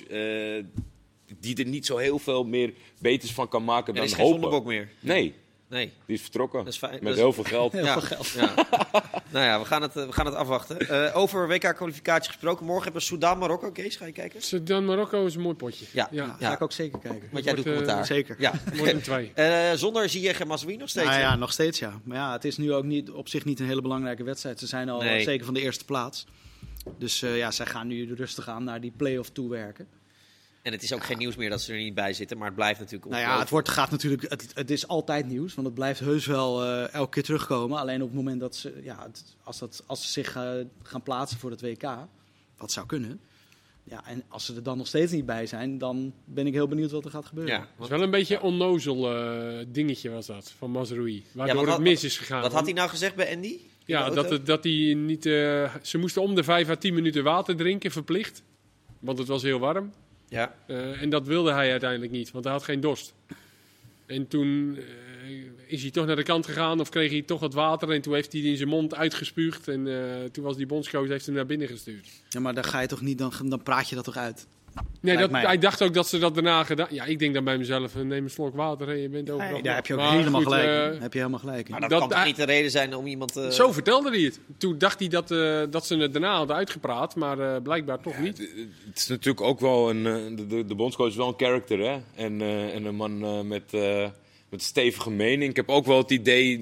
die er niet zo heel veel meer beters van kan maken dan hopen. Er is geen Zonnebok meer. Nee, die is vertrokken. Dat is fijn. Met heel veel geld. Veel geld. Ja. Nou ja, we gaan het afwachten. Over WK-kwalificatie gesproken. Morgen hebben we Sudan-Marokko. Kees, ga je kijken? Sudan-Marokko is een mooi potje. Ja. Ga ik ook zeker kijken. Want jij doet commentaar. Zeker. Ja. Wordt een 2. Zonder Ziyech en Mazraoui nog steeds? Ja, nog steeds ja. Maar het is nu ook op zich niet een hele belangrijke wedstrijd. Ze zijn al zeker van de eerste plaats. Dus zij gaan nu rustig aan naar die play-off toe werken. En het is ook geen nieuws meer dat ze er niet bij zitten, maar het blijft natuurlijk... Het is altijd nieuws, want het blijft heus wel elke keer terugkomen. Alleen op het moment dat ze, als ze zich gaan plaatsen voor het WK, wat zou kunnen... Ja, en als ze er dan nog steeds niet bij zijn, dan ben ik heel benieuwd wat er gaat gebeuren. Ja, het is wel een beetje een onnozel dingetje was dat, van Mazraoui. Waardoor het mis is gegaan. Wat had hij nou gezegd bij Andy? Ja, dat hij niet... ze moesten om de 5 à 10 minuten water drinken, verplicht. Want het was heel warm. Ja. En dat wilde hij uiteindelijk niet, want hij had geen dorst. En toen is hij toch naar de kant gegaan of kreeg hij toch wat water. En toen heeft hij in zijn mond uitgespuugd. En toen was die bondscoach heeft hem naar binnen gestuurd. Ja, maar dan ga je toch niet, dan praat je dat toch uit? Nee, hij dacht ook dat ze dat daarna gedaan. Ja, ik denk dan bij mezelf, neem een slok water en je bent overal. Nee, daar heb je ook helemaal gelijk. Heb je helemaal gelijk. Maar dat kan toch niet de reden zijn om iemand... Zo vertelde hij het. Toen dacht hij dat ze het daarna hadden uitgepraat, maar blijkbaar toch niet. Het is natuurlijk ook wel de bondscoach is wel een character, hè? En een man met een stevige mening. Ik heb ook wel het idee,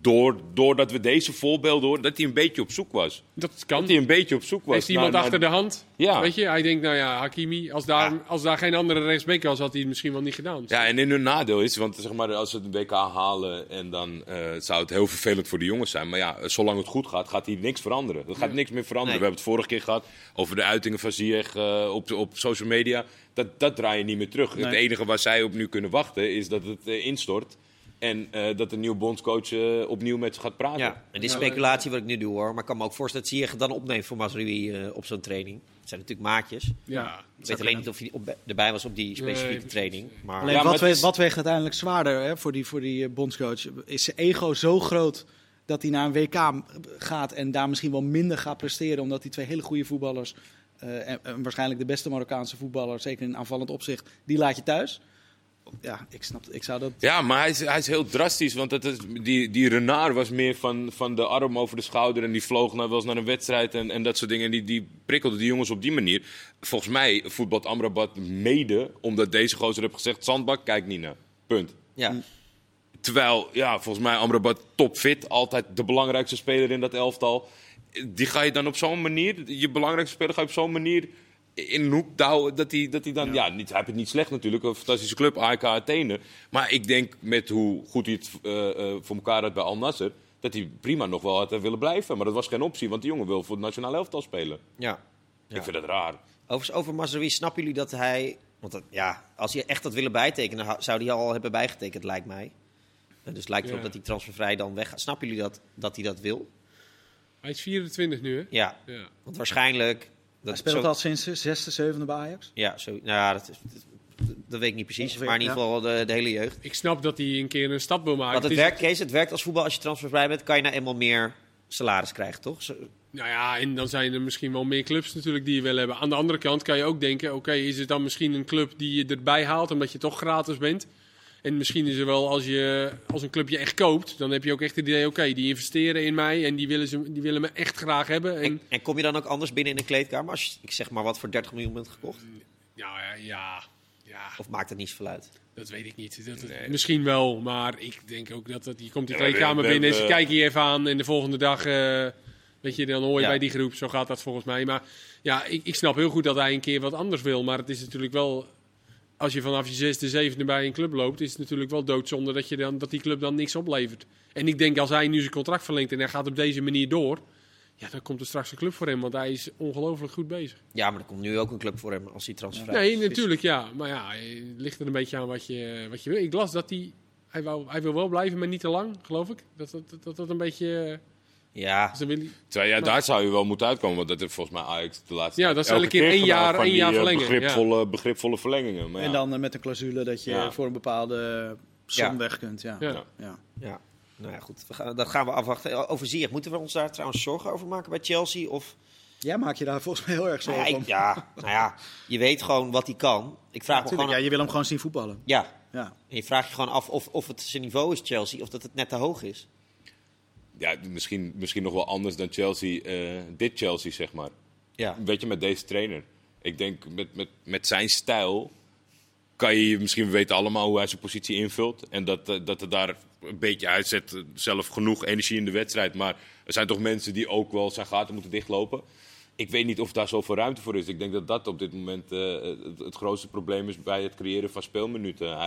doordat we deze voorbeelden hoorden, dat hij een beetje op zoek was. Dat kan. Dat hij een beetje op zoek was. Heeft iemand achter de hand? Ja. Weet je, hij denkt, nou ja, Hakimi, als daar geen andere rechtsback was, had hij het misschien wel niet gedaan. Ja, en in hun nadeel is, want zeg maar, als ze het WK halen en dan zou het heel vervelend voor de jongens zijn. Maar ja, zolang het goed gaat, gaat hier niks veranderen. Er gaat niks meer veranderen. Nee. We hebben het vorige keer gehad over de uitingen van Ziyech op social media. Dat draai je niet meer terug. Nee. Het enige waar zij op nu kunnen wachten is dat het instort. En dat de nieuwe bondscoach opnieuw met ze gaat praten. Ja, en dit is speculatie wat ik nu doe hoor. Maar ik kan me ook voorstellen dat Ziyech dan opneemt voor Mazraoui op zo'n training. Het zijn natuurlijk maatjes. Ja, Ik weet alleen niet of hij erbij was op die specifieke training. Maar Alleen wat weegt uiteindelijk zwaarder hè, voor die bondscoach? Is zijn ego zo groot dat hij naar een WK gaat en daar misschien wel minder gaat presteren, omdat die 2 hele goede voetballers en waarschijnlijk de beste Marokkaanse voetballer, zeker in aanvallend opzicht, die laat je thuis? Ja, ik zou dat... Ja, maar hij is heel drastisch. Want die Renard was meer van de arm over de schouder. En die vloog wel eens naar een wedstrijd en dat soort dingen. En die prikkelde die jongens op die manier. Volgens mij voetbalt Amrabat mede omdat deze gozer heeft gezegd: Zandbak, kijk niet naar. Punt. ja. Terwijl, ja, volgens mij Amrabat topfit. Altijd de belangrijkste speler in dat elftal. Die ga je dan op zo'n manier... Je belangrijkste speler ga je op zo'n manier in een hoek douwen dat hij dan... Ja, hij heeft het niet slecht natuurlijk. Een fantastische club, AEK Athene. Maar ik denk met hoe goed hij het voor elkaar had bij Al Nassr, dat hij prima nog wel had willen blijven. Maar dat was geen optie, want die jongen wil voor het nationale elftal spelen. Ja. Ik vind dat raar. Overigens, over Mazraoui, snappen jullie dat hij... Want als hij echt had willen bijtekenen, zou hij al hebben bijgetekend, lijkt mij. Dus het lijkt erop dat hij transfervrij dan weggaat. Snappen jullie dat hij dat wil? Hij is 24 nu, hè? Ja. Want waarschijnlijk... Hij speelt al sinds de 6e, 7e bij Ajax. Ja, dat weet ik niet precies. Ongeveer, maar in ieder geval de hele jeugd. Ik snap dat hij een keer een stap wil maken. Want het werkt als voetbal. Als je transfervrij bent, kan je nou eenmaal meer salaris krijgen, toch? Nou ja, en dan zijn er misschien wel meer clubs natuurlijk die je wil hebben. Aan de andere kant kan je ook denken, oké, is het dan misschien een club die je erbij haalt omdat je toch gratis bent? En misschien is er wel, als een club je echt koopt, dan heb je ook echt het idee, oké, die investeren in mij en die willen me echt graag hebben. En kom je dan ook anders binnen in de kleedkamer als je, ik zeg maar wat, voor 30 miljoen bent gekocht? Ja. Of maakt het niet zoveel uit? Dat weet ik niet. Misschien wel, maar ik denk ook dat je komt de Ja, kleedkamer we binnen en ze kijken je even aan en de volgende dag, weet je, dan hoor je Ja. bij die groep. Zo gaat dat volgens mij. Maar ja, ik snap heel goed dat hij een keer wat anders wil, maar het is natuurlijk wel... Als je vanaf je 6e, 7e bij een club loopt, is het natuurlijk wel doodzonde dat die club dan niks oplevert. En ik denk als hij nu zijn contract verlengt en hij gaat op deze manier door, ja, dan komt er straks een club voor hem, want hij is ongelooflijk goed bezig. Ja, maar er komt nu ook een club voor hem als hij transfervrij Nee, is. natuurlijk ja. Maar ja, het ligt er een beetje aan wat je wil. Ik las dat hij wil wel blijven, maar niet te lang, geloof ik. Dat een beetje... Ja, dus dan wil hij- Terwijl, ja, daar zou je wel moeten uitkomen, want dat heeft volgens mij Ajax de laatste Ja, dat is elke elke keer keer 1 jaar, gedaan van 1 jaar die, verlengen. begripvolle verlengingen. Maar En ja. dan met een clausule dat je Ja. voor een bepaalde som Ja. weg kunt. Ja. Ja. Ja. ja. Nou ja, goed. Dat gaan we afwachten. Over Ziyech, moeten we ons daar trouwens zorgen over maken bij Chelsea? Of... Jij maakt je daar volgens mij heel erg Nou zorgen ja, om. je weet gewoon wat hij kan. Ik vraag me Tuurlijk, gewoon... ja, je wil hem gewoon zien voetballen. Ja, Ja. en je vraagt je gewoon af of het zijn niveau is Chelsea of dat het net te hoog is. Ja, misschien nog wel anders dan Chelsea, dit Chelsea, zeg maar. Ja. Weet je, met deze trainer. Ik denk, met zijn stijl kan je misschien, we weten allemaal hoe hij zijn positie invult. En dat er daar een beetje uitzet, zelf genoeg energie in de wedstrijd. Maar er zijn toch mensen die ook wel zijn gaten moeten dichtlopen. Ik weet niet of daar zoveel ruimte voor is. Ik denk dat op dit moment het grootste probleem is bij het creëren van speelminuten.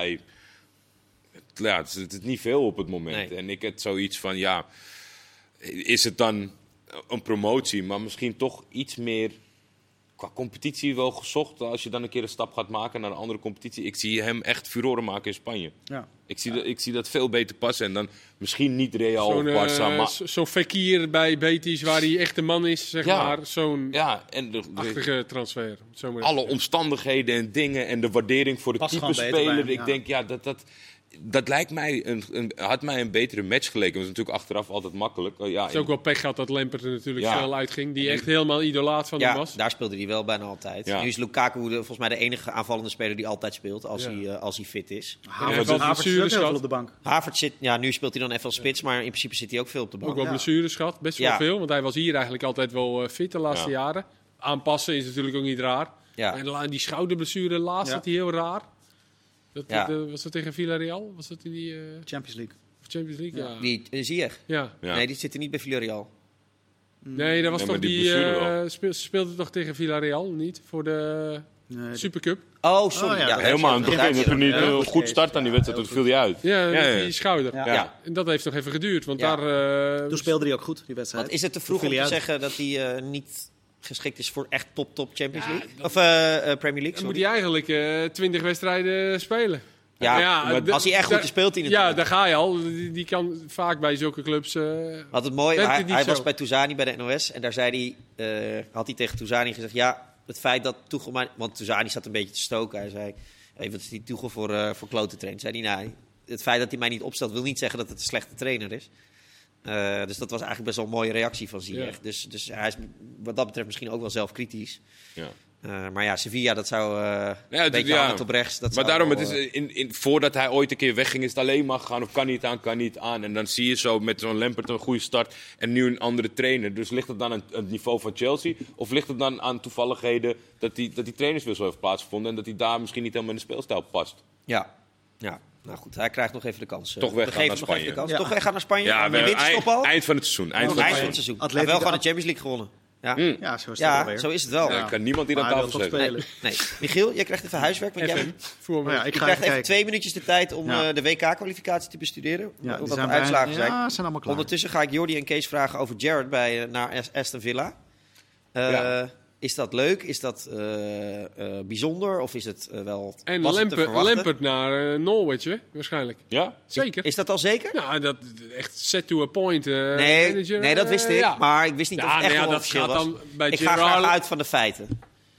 Het is niet veel op het moment. Nee. En ik heb zoiets van, ja, is het dan een promotie, maar misschien toch iets meer qua competitie wel gezocht als je dan een keer een stap gaat maken naar een andere competitie. Ik zie hem echt furoren maken in Spanje. Ja. Ik zie dat veel beter passen en dan misschien niet Real of Barça, maar... Zo'n Fekir bij Betis, waar hij echt de man is, zeg Ja. maar. Zo'n Ja, en achtige transfer. Zo maar alle omstandigheden en dingen en de waardering voor de Past type gewoon beter bij speler. hem, Ik ja. denk, ja, dat lijkt mij had mij een betere match geleken. Dat is natuurlijk achteraf altijd makkelijk. Ja, Het is ook wel pech gehad dat Lampert er natuurlijk Ja. snel uitging. Die echt helemaal idolaat van hem Ja, was. daar speelde hij wel bijna altijd. Ja. Nu is Lukaku volgens mij de enige aanvallende speler die altijd speelt als hij fit is. Havertz wel zit ook blessures heel veel gehad. op de bank. Havertz zit, nu speelt hij dan even als spits, maar in principe zit hij ook veel op de bank. Ook wel Ja. blessures gehad, best wel Ja. veel. Want hij was hier eigenlijk altijd wel fit de laatste Ja. jaren. Aanpassen is natuurlijk ook niet raar. Ja. En die schouderblessure laatst Ja. zat hij heel raar. Ja. Was dat tegen Villarreal? Was dat in die Champions League. Champions League? Ja. Die Ziyech? Ja. Nee, die zitten niet bij Villarreal. Nee, dat was toch die... speelde toch tegen Villarreal, niet? Voor de Supercup. Oh, sorry. Oh, ja. Helemaal aan het begin. Toen niet een goed start aan die wedstrijd, toen viel hij uit. Ja, die schouder. Ja. En dat heeft nog even geduurd, want Ja. daar... Toen speelde hij ook goed, die wedstrijd. Want is het te vroeg om te zeggen dat hij niet geschikt is voor echt top Champions League? Of Premier League, Dan moet sorry. hij eigenlijk 20 wedstrijden spelen. Ja, als hij echt goed is, speelt hij natuurlijk. Ja, daar ga je al. Die kan vaak bij zulke clubs... Wat het mooie, werkt het niet hij was zo. bij Touzani bij de NOS en daar zei hij, had hij tegen Touzani gezegd, ja, het feit dat Tuchel, want Touzani zat een beetje te stoken. Hij zei, hey, wat is die Tuchel voor klote trainer? Zei hij, nou, het feit dat hij mij niet opstelt wil niet zeggen dat het een slechte trainer is. Dus dat was eigenlijk best wel een mooie reactie van Ziyech. Ja. Dus hij is wat dat betreft misschien ook wel zelfkritisch. Ja. Maar ja, Sevilla, dat zou een beetje hangend op rechts. Dat Maar zou daarom, wel, het is voordat hij ooit een keer wegging, is het alleen maar gegaan of kan niet aan. En dan zie je zo met zo'n Lampert een goede start en nu een andere trainer. Dus ligt het dan aan het niveau van Chelsea? Of ligt het dan aan toevalligheden dat die trainerswissel heeft plaatsgevonden en dat hij daar misschien niet helemaal in de speelstijl past? Ja, nou goed, hij krijgt nog even de kans. Toch weggaan naar Spanje. Even de kans. Ja. Toch weggaan naar Spanje? Ja, Met winterstop al? eind van het seizoen. Eind van het Eind van seizoen. het seizoen. Hij heeft wel gewoon de Champions League gewonnen. Ja, Ja, zo is het alweer. zo is het wel. Ja, kan niemand hier aan Maar hij tafel wil toch zeggen. spelen. Nee. Michiel, jij krijgt even huiswerk. Want jij Even. Voor me. Ja, ik je ga krijgt even even kijken. 2 minuutjes de tijd om Ja. de WK-kwalificatie te bestuderen. Ja, wat die de zijn uitslagen bijna- zijn. Ja, ze zijn allemaal klaar. Ondertussen ga ik Jordi en Kees vragen over Gerrard naar Aston Villa. Ja. Is dat leuk? Is dat bijzonder? Of is het wel En was het te verwachten? Lampert naar Norwich, hè? Waarschijnlijk. Ja? Zeker. Is dat al zeker? Nou, dat echt set to a point Nee, manager. nee, dat wist ik. Ja. Maar ik wist niet of het echt wel dat officieel gaat was. dan bij Ik ga Gerrard. graag uit van de feiten.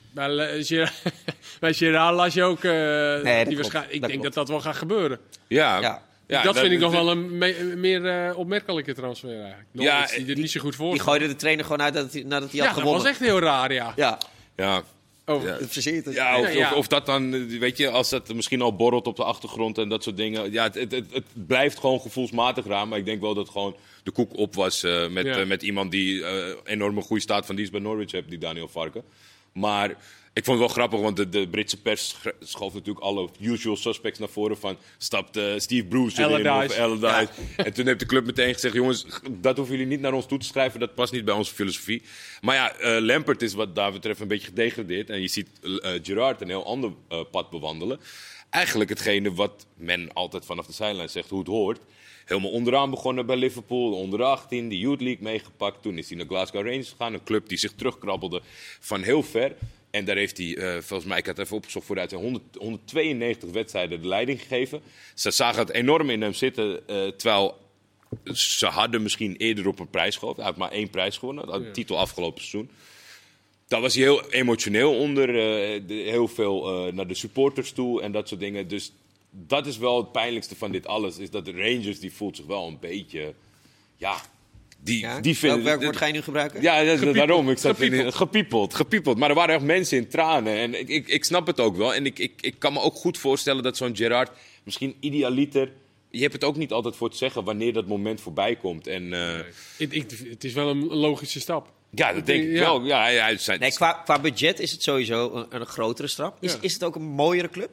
Bij Gerrard las je ook... dat die klopt. waarschijnlijk, ik Dat denk klopt. dat wel gaat gebeuren. Ja. Ja. Ja, dat vind ik nog wel een meer opmerkelijke transfer eigenlijk. Ja, Norwich, die er niet zo goed voor Die staat. gooide de trainer gewoon uit nadat hij had Ja, dat gewonnen. was echt heel raar, ja. Ja, Ja. Oh, Ja. dat verzeert het. Ja, Ja. of dat dan, weet je, als dat misschien al borrelt op de achtergrond en dat soort dingen. Ja, het blijft gewoon gevoelsmatig raar. Maar ik denk wel dat gewoon de koek op was met iemand die enorme goede staat van dienst bij Norwich heeft, die Daniel Varken. Maar ik vond het wel grappig, want de Britse pers schoof natuurlijk alle usual suspects naar voren van stapt Steve Bruce erin of Allardyce. En toen heeft de club meteen gezegd, jongens, dat hoeven jullie niet naar ons toe te schrijven, dat past niet bij onze filosofie. Maar ja, Lampert is wat daar betreft een beetje gedegradeerd en je ziet Gerrard een heel ander pad bewandelen. Eigenlijk hetgene wat men altijd vanaf de zijlijn zegt, hoe het hoort. Helemaal onderaan begonnen bij Liverpool, onder 18, de Youth League meegepakt. Toen is hij naar Glasgow Rangers gegaan, een club die zich terugkrabbelde van heel ver. En daar heeft hij, volgens mij, ik had het even opgezocht vooruit, 192 wedstrijden de leiding gegeven. Ze zagen het enorm in hem zitten, terwijl ze hadden misschien eerder op een prijs gehoopt. Hij had maar 1 prijs gewonnen, had de titel afgelopen seizoen. Daar was hij heel emotioneel onder, heel veel naar de supporters toe en dat soort dingen. Dus dat is wel het pijnlijkste van dit alles, is dat de Rangers, die voelt zich wel een beetje, ja... Die vinden, Welk woord ga je nu gebruiken? Ja, daarom. Ik zat gepiepeld. Maar er waren echt mensen in tranen. En ik snap het ook wel. En ik kan me ook goed voorstellen dat zo'n Gerrard misschien idealiter... Je hebt het ook niet altijd voor te zeggen wanneer dat moment voorbij komt. En, het is wel een logische stap. ja, dat denk ik wel. Ja, Nee, qua budget is het sowieso een grotere stap. Is het ook een mooiere club?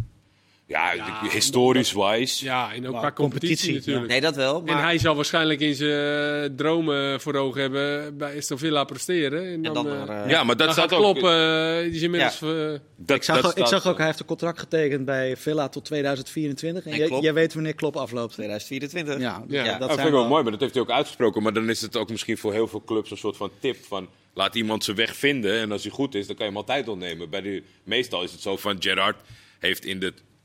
historisch-wise. Ja, en ook Maar qua competitie natuurlijk. Nee, dat wel. Maar En hij zal waarschijnlijk in zijn dromen voor ogen hebben bij Aston Villa presteren. En dan, maar, Ja, maar dat dan staat gaat ook... Klopp, die is inmiddels... Ik zag ook, hij heeft een contract getekend bij Villa tot 2024. En Klopp. jij weet wanneer Klopp afloopt. 2024. Ja, Ja. dat Dat vind zijn ik wel mooi, maar dat heeft hij ook uitgesproken. Maar dan is het ook misschien voor heel veel clubs een soort van tip van... Laat iemand zijn weg vinden en als hij goed is, dan kan je hem altijd ontnemen. Meestal is het zo van Gerrard heeft in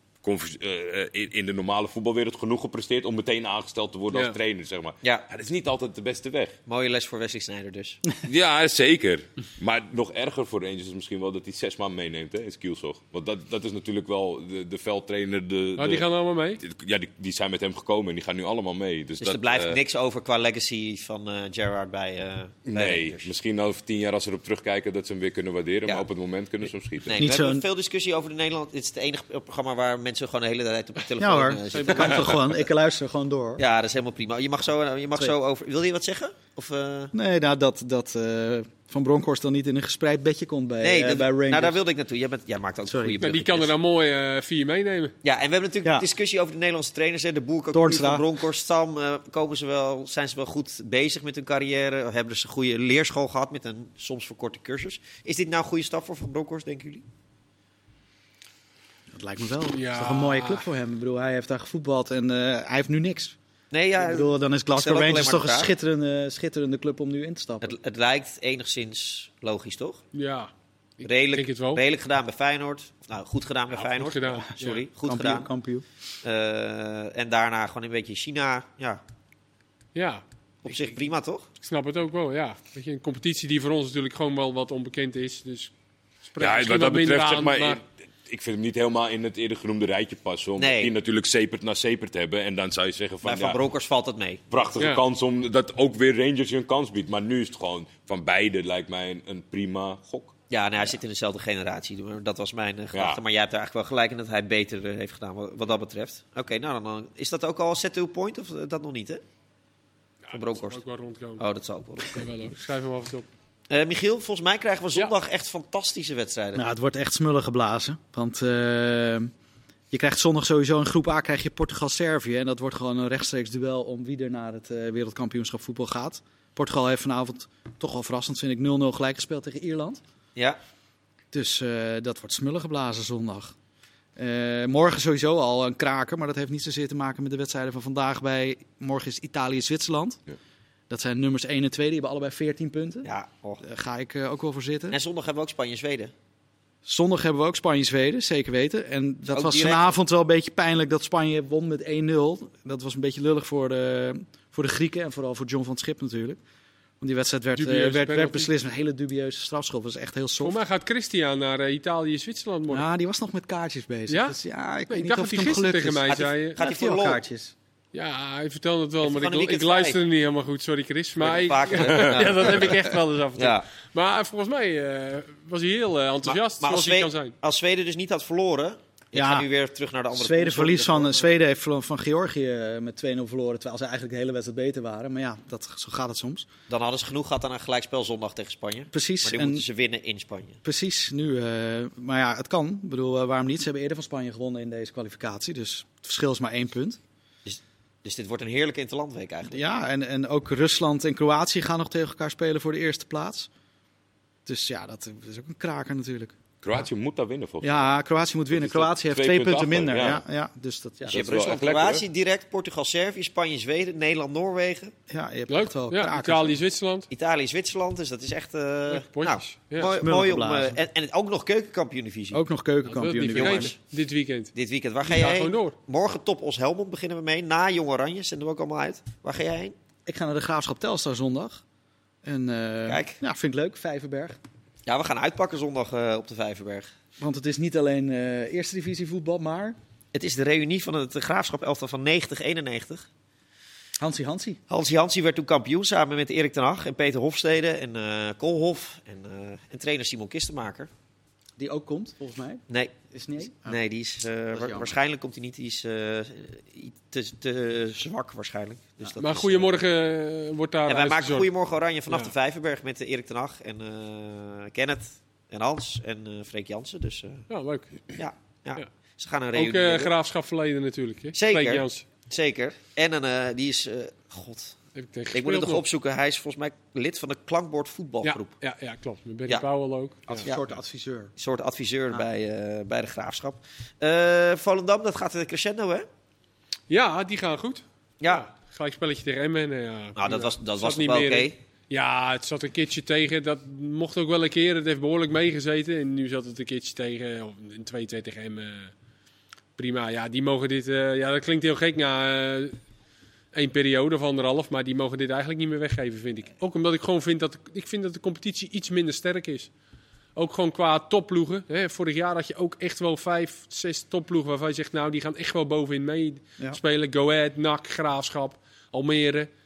de normale voetbalwereld genoeg gepresteerd om meteen aangesteld te worden als trainer, zeg maar. Ja. Dat is niet altijd de beste weg. Mooie les voor Wesley Sneijder dus. Ja, zeker. Maar nog erger voor Rangers is misschien wel dat hij 6 man meeneemt, hè, in Kielzog. Want dat is natuurlijk wel de veldtrainer. die gaan allemaal mee? Ja, die zijn met hem gekomen en die gaan nu allemaal mee. Dus er blijft niks over qua legacy van Gerrard bij Nee, Rangers. misschien over 10 jaar als ze erop terugkijken dat ze hem weer kunnen waarderen. Ja. Maar op het moment kunnen ze hem schieten. Nee, Niet we hebben zo'n- veel discussie over de Nederland. Dit is het enige programma waar mensen gewoon de hele tijd op de telefoon Ja hoor, zitten. ik luister gewoon door. Ja, dat is helemaal prima. Je mag zo over... Wil je wat zeggen? Of, Nee, nou, dat Van Bronckhorst dan niet in een gespreid bedje komt bij Rangers. Nou, daar wilde ik naartoe. Jij maakt ook een goede Maar die kan er dan mooi 4 meenemen. Ja, en we hebben natuurlijk discussie over de Nederlandse trainers. Hè. De Boer, Van Bronckhorst, Stam. Zijn ze wel goed bezig met hun carrière? Hebben ze een goede leerschool gehad met een soms verkorte cursus? Is dit nou een goede stap voor Van Bronckhorst, denken jullie? Dat lijkt me wel. Ja. Dat is toch een mooie club voor hem. Ik bedoel, hij heeft daar gevoetbald en hij heeft nu niks. Nee, ja, ik bedoel, dan is Glasgow Rangers toch een schitterende club om nu in te stappen. Het lijkt enigszins logisch, toch? Ja, ik redelijk, denk het wel. Redelijk gedaan bij Feyenoord. Nou, goed gedaan bij Feyenoord. Goed gedaan. Sorry, goed gedaan. Kampioen. En daarna gewoon een beetje China. Ja. Op zich prima, toch? Ik snap het ook wel, ja. Weet je, een competitie die voor ons natuurlijk gewoon wel wat onbekend is. Dus wat dat betreft, zeg maar... Ik vind hem niet helemaal in het eerder genoemde rijtje passen. Omdat die natuurlijk sepert na sepert hebben. En dan zou je zeggen van... Van Bronckhorst valt het mee. Prachtige kans om dat ook weer Rangers je een kans biedt. Maar nu is het gewoon van beide lijkt mij een prima gok. Ja, nou, hij zit in dezelfde generatie. Dat was mijn gedachte. Maar jij hebt er eigenlijk wel gelijk in dat hij beter heeft gedaan wat dat betreft. Oké, nou dan is dat ook al set to point of dat nog niet, hè? Van Bronckhorst. Dat zal ook wel rondkomen. Oh, dat zal ook wel rondkomen. Ik schrijf hem af en toe op. Michiel, volgens mij krijgen we zondag echt fantastische wedstrijden. Nou, het wordt echt smullen geblazen. Want je krijgt zondag sowieso in groep A krijg je Portugal-Servië. En dat wordt gewoon een rechtstreeks duel om wie er naar het wereldkampioenschap voetbal gaat. Portugal heeft vanavond toch wel verrassend, vind ik, 0-0 gelijk gespeeld tegen Ierland. Ja. Dus dat wordt smullen geblazen zondag. Morgen sowieso al een kraker, maar dat heeft niet zozeer te maken met de wedstrijden van vandaag. Morgen is Italië-Zwitserland. Ja. Dat zijn nummers 1 en 2, die hebben allebei 14 punten. Ja, daar ga ik ook wel voor zitten. En zondag hebben we ook Spanje-Zweden. Zondag hebben we ook Spanje-Zweden, zeker weten. En dat was vanavond wel een beetje pijnlijk dat Spanje won met 1-0. Dat was een beetje lullig voor de Grieken en vooral voor John van 't Schip natuurlijk. Want die wedstrijd werd beslist met een hele dubieuze strafschop. Dat was echt heel soft. Voor mij gaat Christian naar Italië-Zwitserland morgen. Ja, die was nog met kaartjes bezig. Ja? Dus, ja, ik dacht dat hij gisteren tegen mij zei. Gaat hij voor kaartjes? Ja, hij vertelde het wel, maar ik luisterde niet helemaal goed. Sorry Chris. Maar ja, dat heb ik echt wel eens af en toe. Ja. Maar volgens mij was hij heel enthousiast, maar zoals hij kan zijn. Als Zweden dus niet had verloren... Ik ga nu weer terug naar de andere Zweden heeft van Georgië met 2-0 verloren, terwijl ze eigenlijk de hele wedstrijd beter waren. Maar ja, zo gaat het soms. Dan hadden ze genoeg gehad aan een gelijkspel zondag tegen Spanje. Precies. Maar nu moeten ze winnen in Spanje. Precies, nu. Maar ja, het kan. Ik bedoel, waarom niet? Ze hebben eerder van Spanje gewonnen in deze kwalificatie. Dus het verschil is maar 1 punt. Dus dit wordt een heerlijke interlandweek eigenlijk. Ja, en ook Rusland en Kroatië gaan nog tegen elkaar spelen voor de eerste plaats. Dus ja, dat is ook een kraker natuurlijk. Kroatië moet daar winnen volgens mij. Ja, Kroatië moet winnen. Kroatië heeft 2 punten minder. Ja, dus dat, je hebt Rusland, Kroatië direct, Portugal, Servië, Spanje, Zweden, Nederland, Noorwegen. Ja, je hebt leuk. Echt wel Italië, Zwitserland. Dus dat is echt mooi om... En ook nog keukenkampioen-divisie. Ook nog keukenkampioen-divisie. Dit weekend. Waar ga jij heen? Door. Morgen Top Os Helmond beginnen we mee. Na Jong Oranje zenden we ook allemaal uit. Waar ga jij heen? Ik ga naar de Graafschap Telstar zondag. En kijk. Ja, vind ik leuk. Vijverberg. Ja, we gaan uitpakken zondag op de Vijverberg. Want het is niet alleen eerste divisie voetbal, maar... Het is de reunie van het Graafschap elftal van 90-91. Hansie werd toen kampioen samen met Erik ten Hag en Peter Hofstede en Koolhof en trainer Simon Kistenmaker. Die ook komt, volgens mij? Nee. Is niet? Oh. Nee, die is, waarschijnlijk komt hij niet. Die is te zwak waarschijnlijk. Dus dat maar is, Goedemorgen wordt daar. En wij maken Goedemorgen Oranje vanaf de Vijverberg met Erik ten Hag en Kenneth en Hans en Freek Jansen. Dus, ja, leuk. Ja. Ze gaan een reunie. Ook Graafschap verleden natuurlijk. Hè? Zeker. En die is... God... Ik moet het nog opzoeken. Hij is volgens mij lid van de Klankbord voetbalgroep. Ja, klopt. Met Benny Powell ook. Een soort adviseur. Een soort adviseur bij de Graafschap. Volendam, dat gaat crescendo, hè? Ja, die gaan goed. Ja. Gelijk spelletje tegen Emmen. Nou, dat was niet wel oké. Ja, het zat een keertje tegen. Dat mocht ook wel een keer. Het heeft behoorlijk meegezeten. En nu zat het een keertje tegen. Een 2-2 tegen Emmen. Prima. Ja, die mogen dit... dat klinkt heel gek na... 1 periode of 1,5, maar die mogen dit eigenlijk niet meer weggeven, vind ik. Ook omdat ik gewoon vind dat de competitie iets minder sterk is. Ook gewoon qua topploegen. Vorig jaar had je ook echt wel 5, 6 topploegen waarvan je zegt, nou, die gaan echt wel bovenin mee spelen. Go Ahead, NAC, Graafschap, Almere.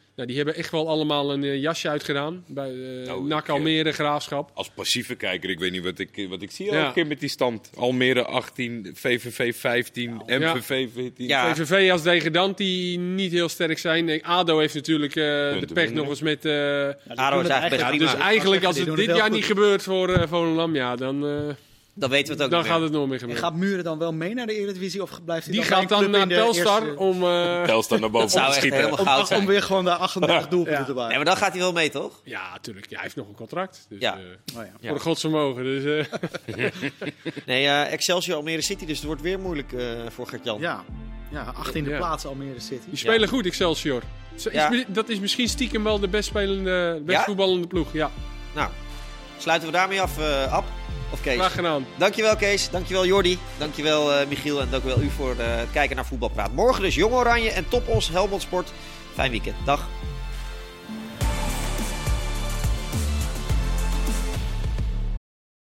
Nou, die hebben echt wel allemaal een jasje uitgedaan. Bij NAC Almere, Graafschap. Als passieve kijker, ik weet niet wat ik zie elke keer met die stand. Almere 18, VVV 15, MVV 14. Ja. VVV als degradant die niet heel sterk zijn. ADO heeft natuurlijk de pech nog eens met... ADO is eigenlijk best dus eigenlijk als het dit jaar niet gebeurt voor Volendam, dan weten we het ook dan gaat het nog meer gebeuren. En gaat Muren dan wel mee naar de Eredivisie of blijft hij die gaat dan naar Telstar om... Telstar naar boven te schieten. Om weer gewoon daar 38 doelpunten te maken. Ja, maar dan gaat hij wel mee, toch? Ja, natuurlijk. Ja, hij heeft nog een contract. Dus, ja. Voor de godsvermogen. Dus, nee, Excelsior Almere City, dus het wordt weer moeilijk voor Gert-Jan. Ja, 18e plaats Almere City. Die spelen goed, Excelsior. Dat is misschien stiekem wel de best voetballende ploeg. Ja. Nou, sluiten we daarmee af, Ab? Of Kees? Graag gedaan. Dankjewel Kees, dankjewel Jordi, dankjewel Michiel en dankjewel u voor het kijken naar Voetbalpraat. Morgen dus Jong Oranje en Top Os Helmond Sport. Fijn weekend. Dag.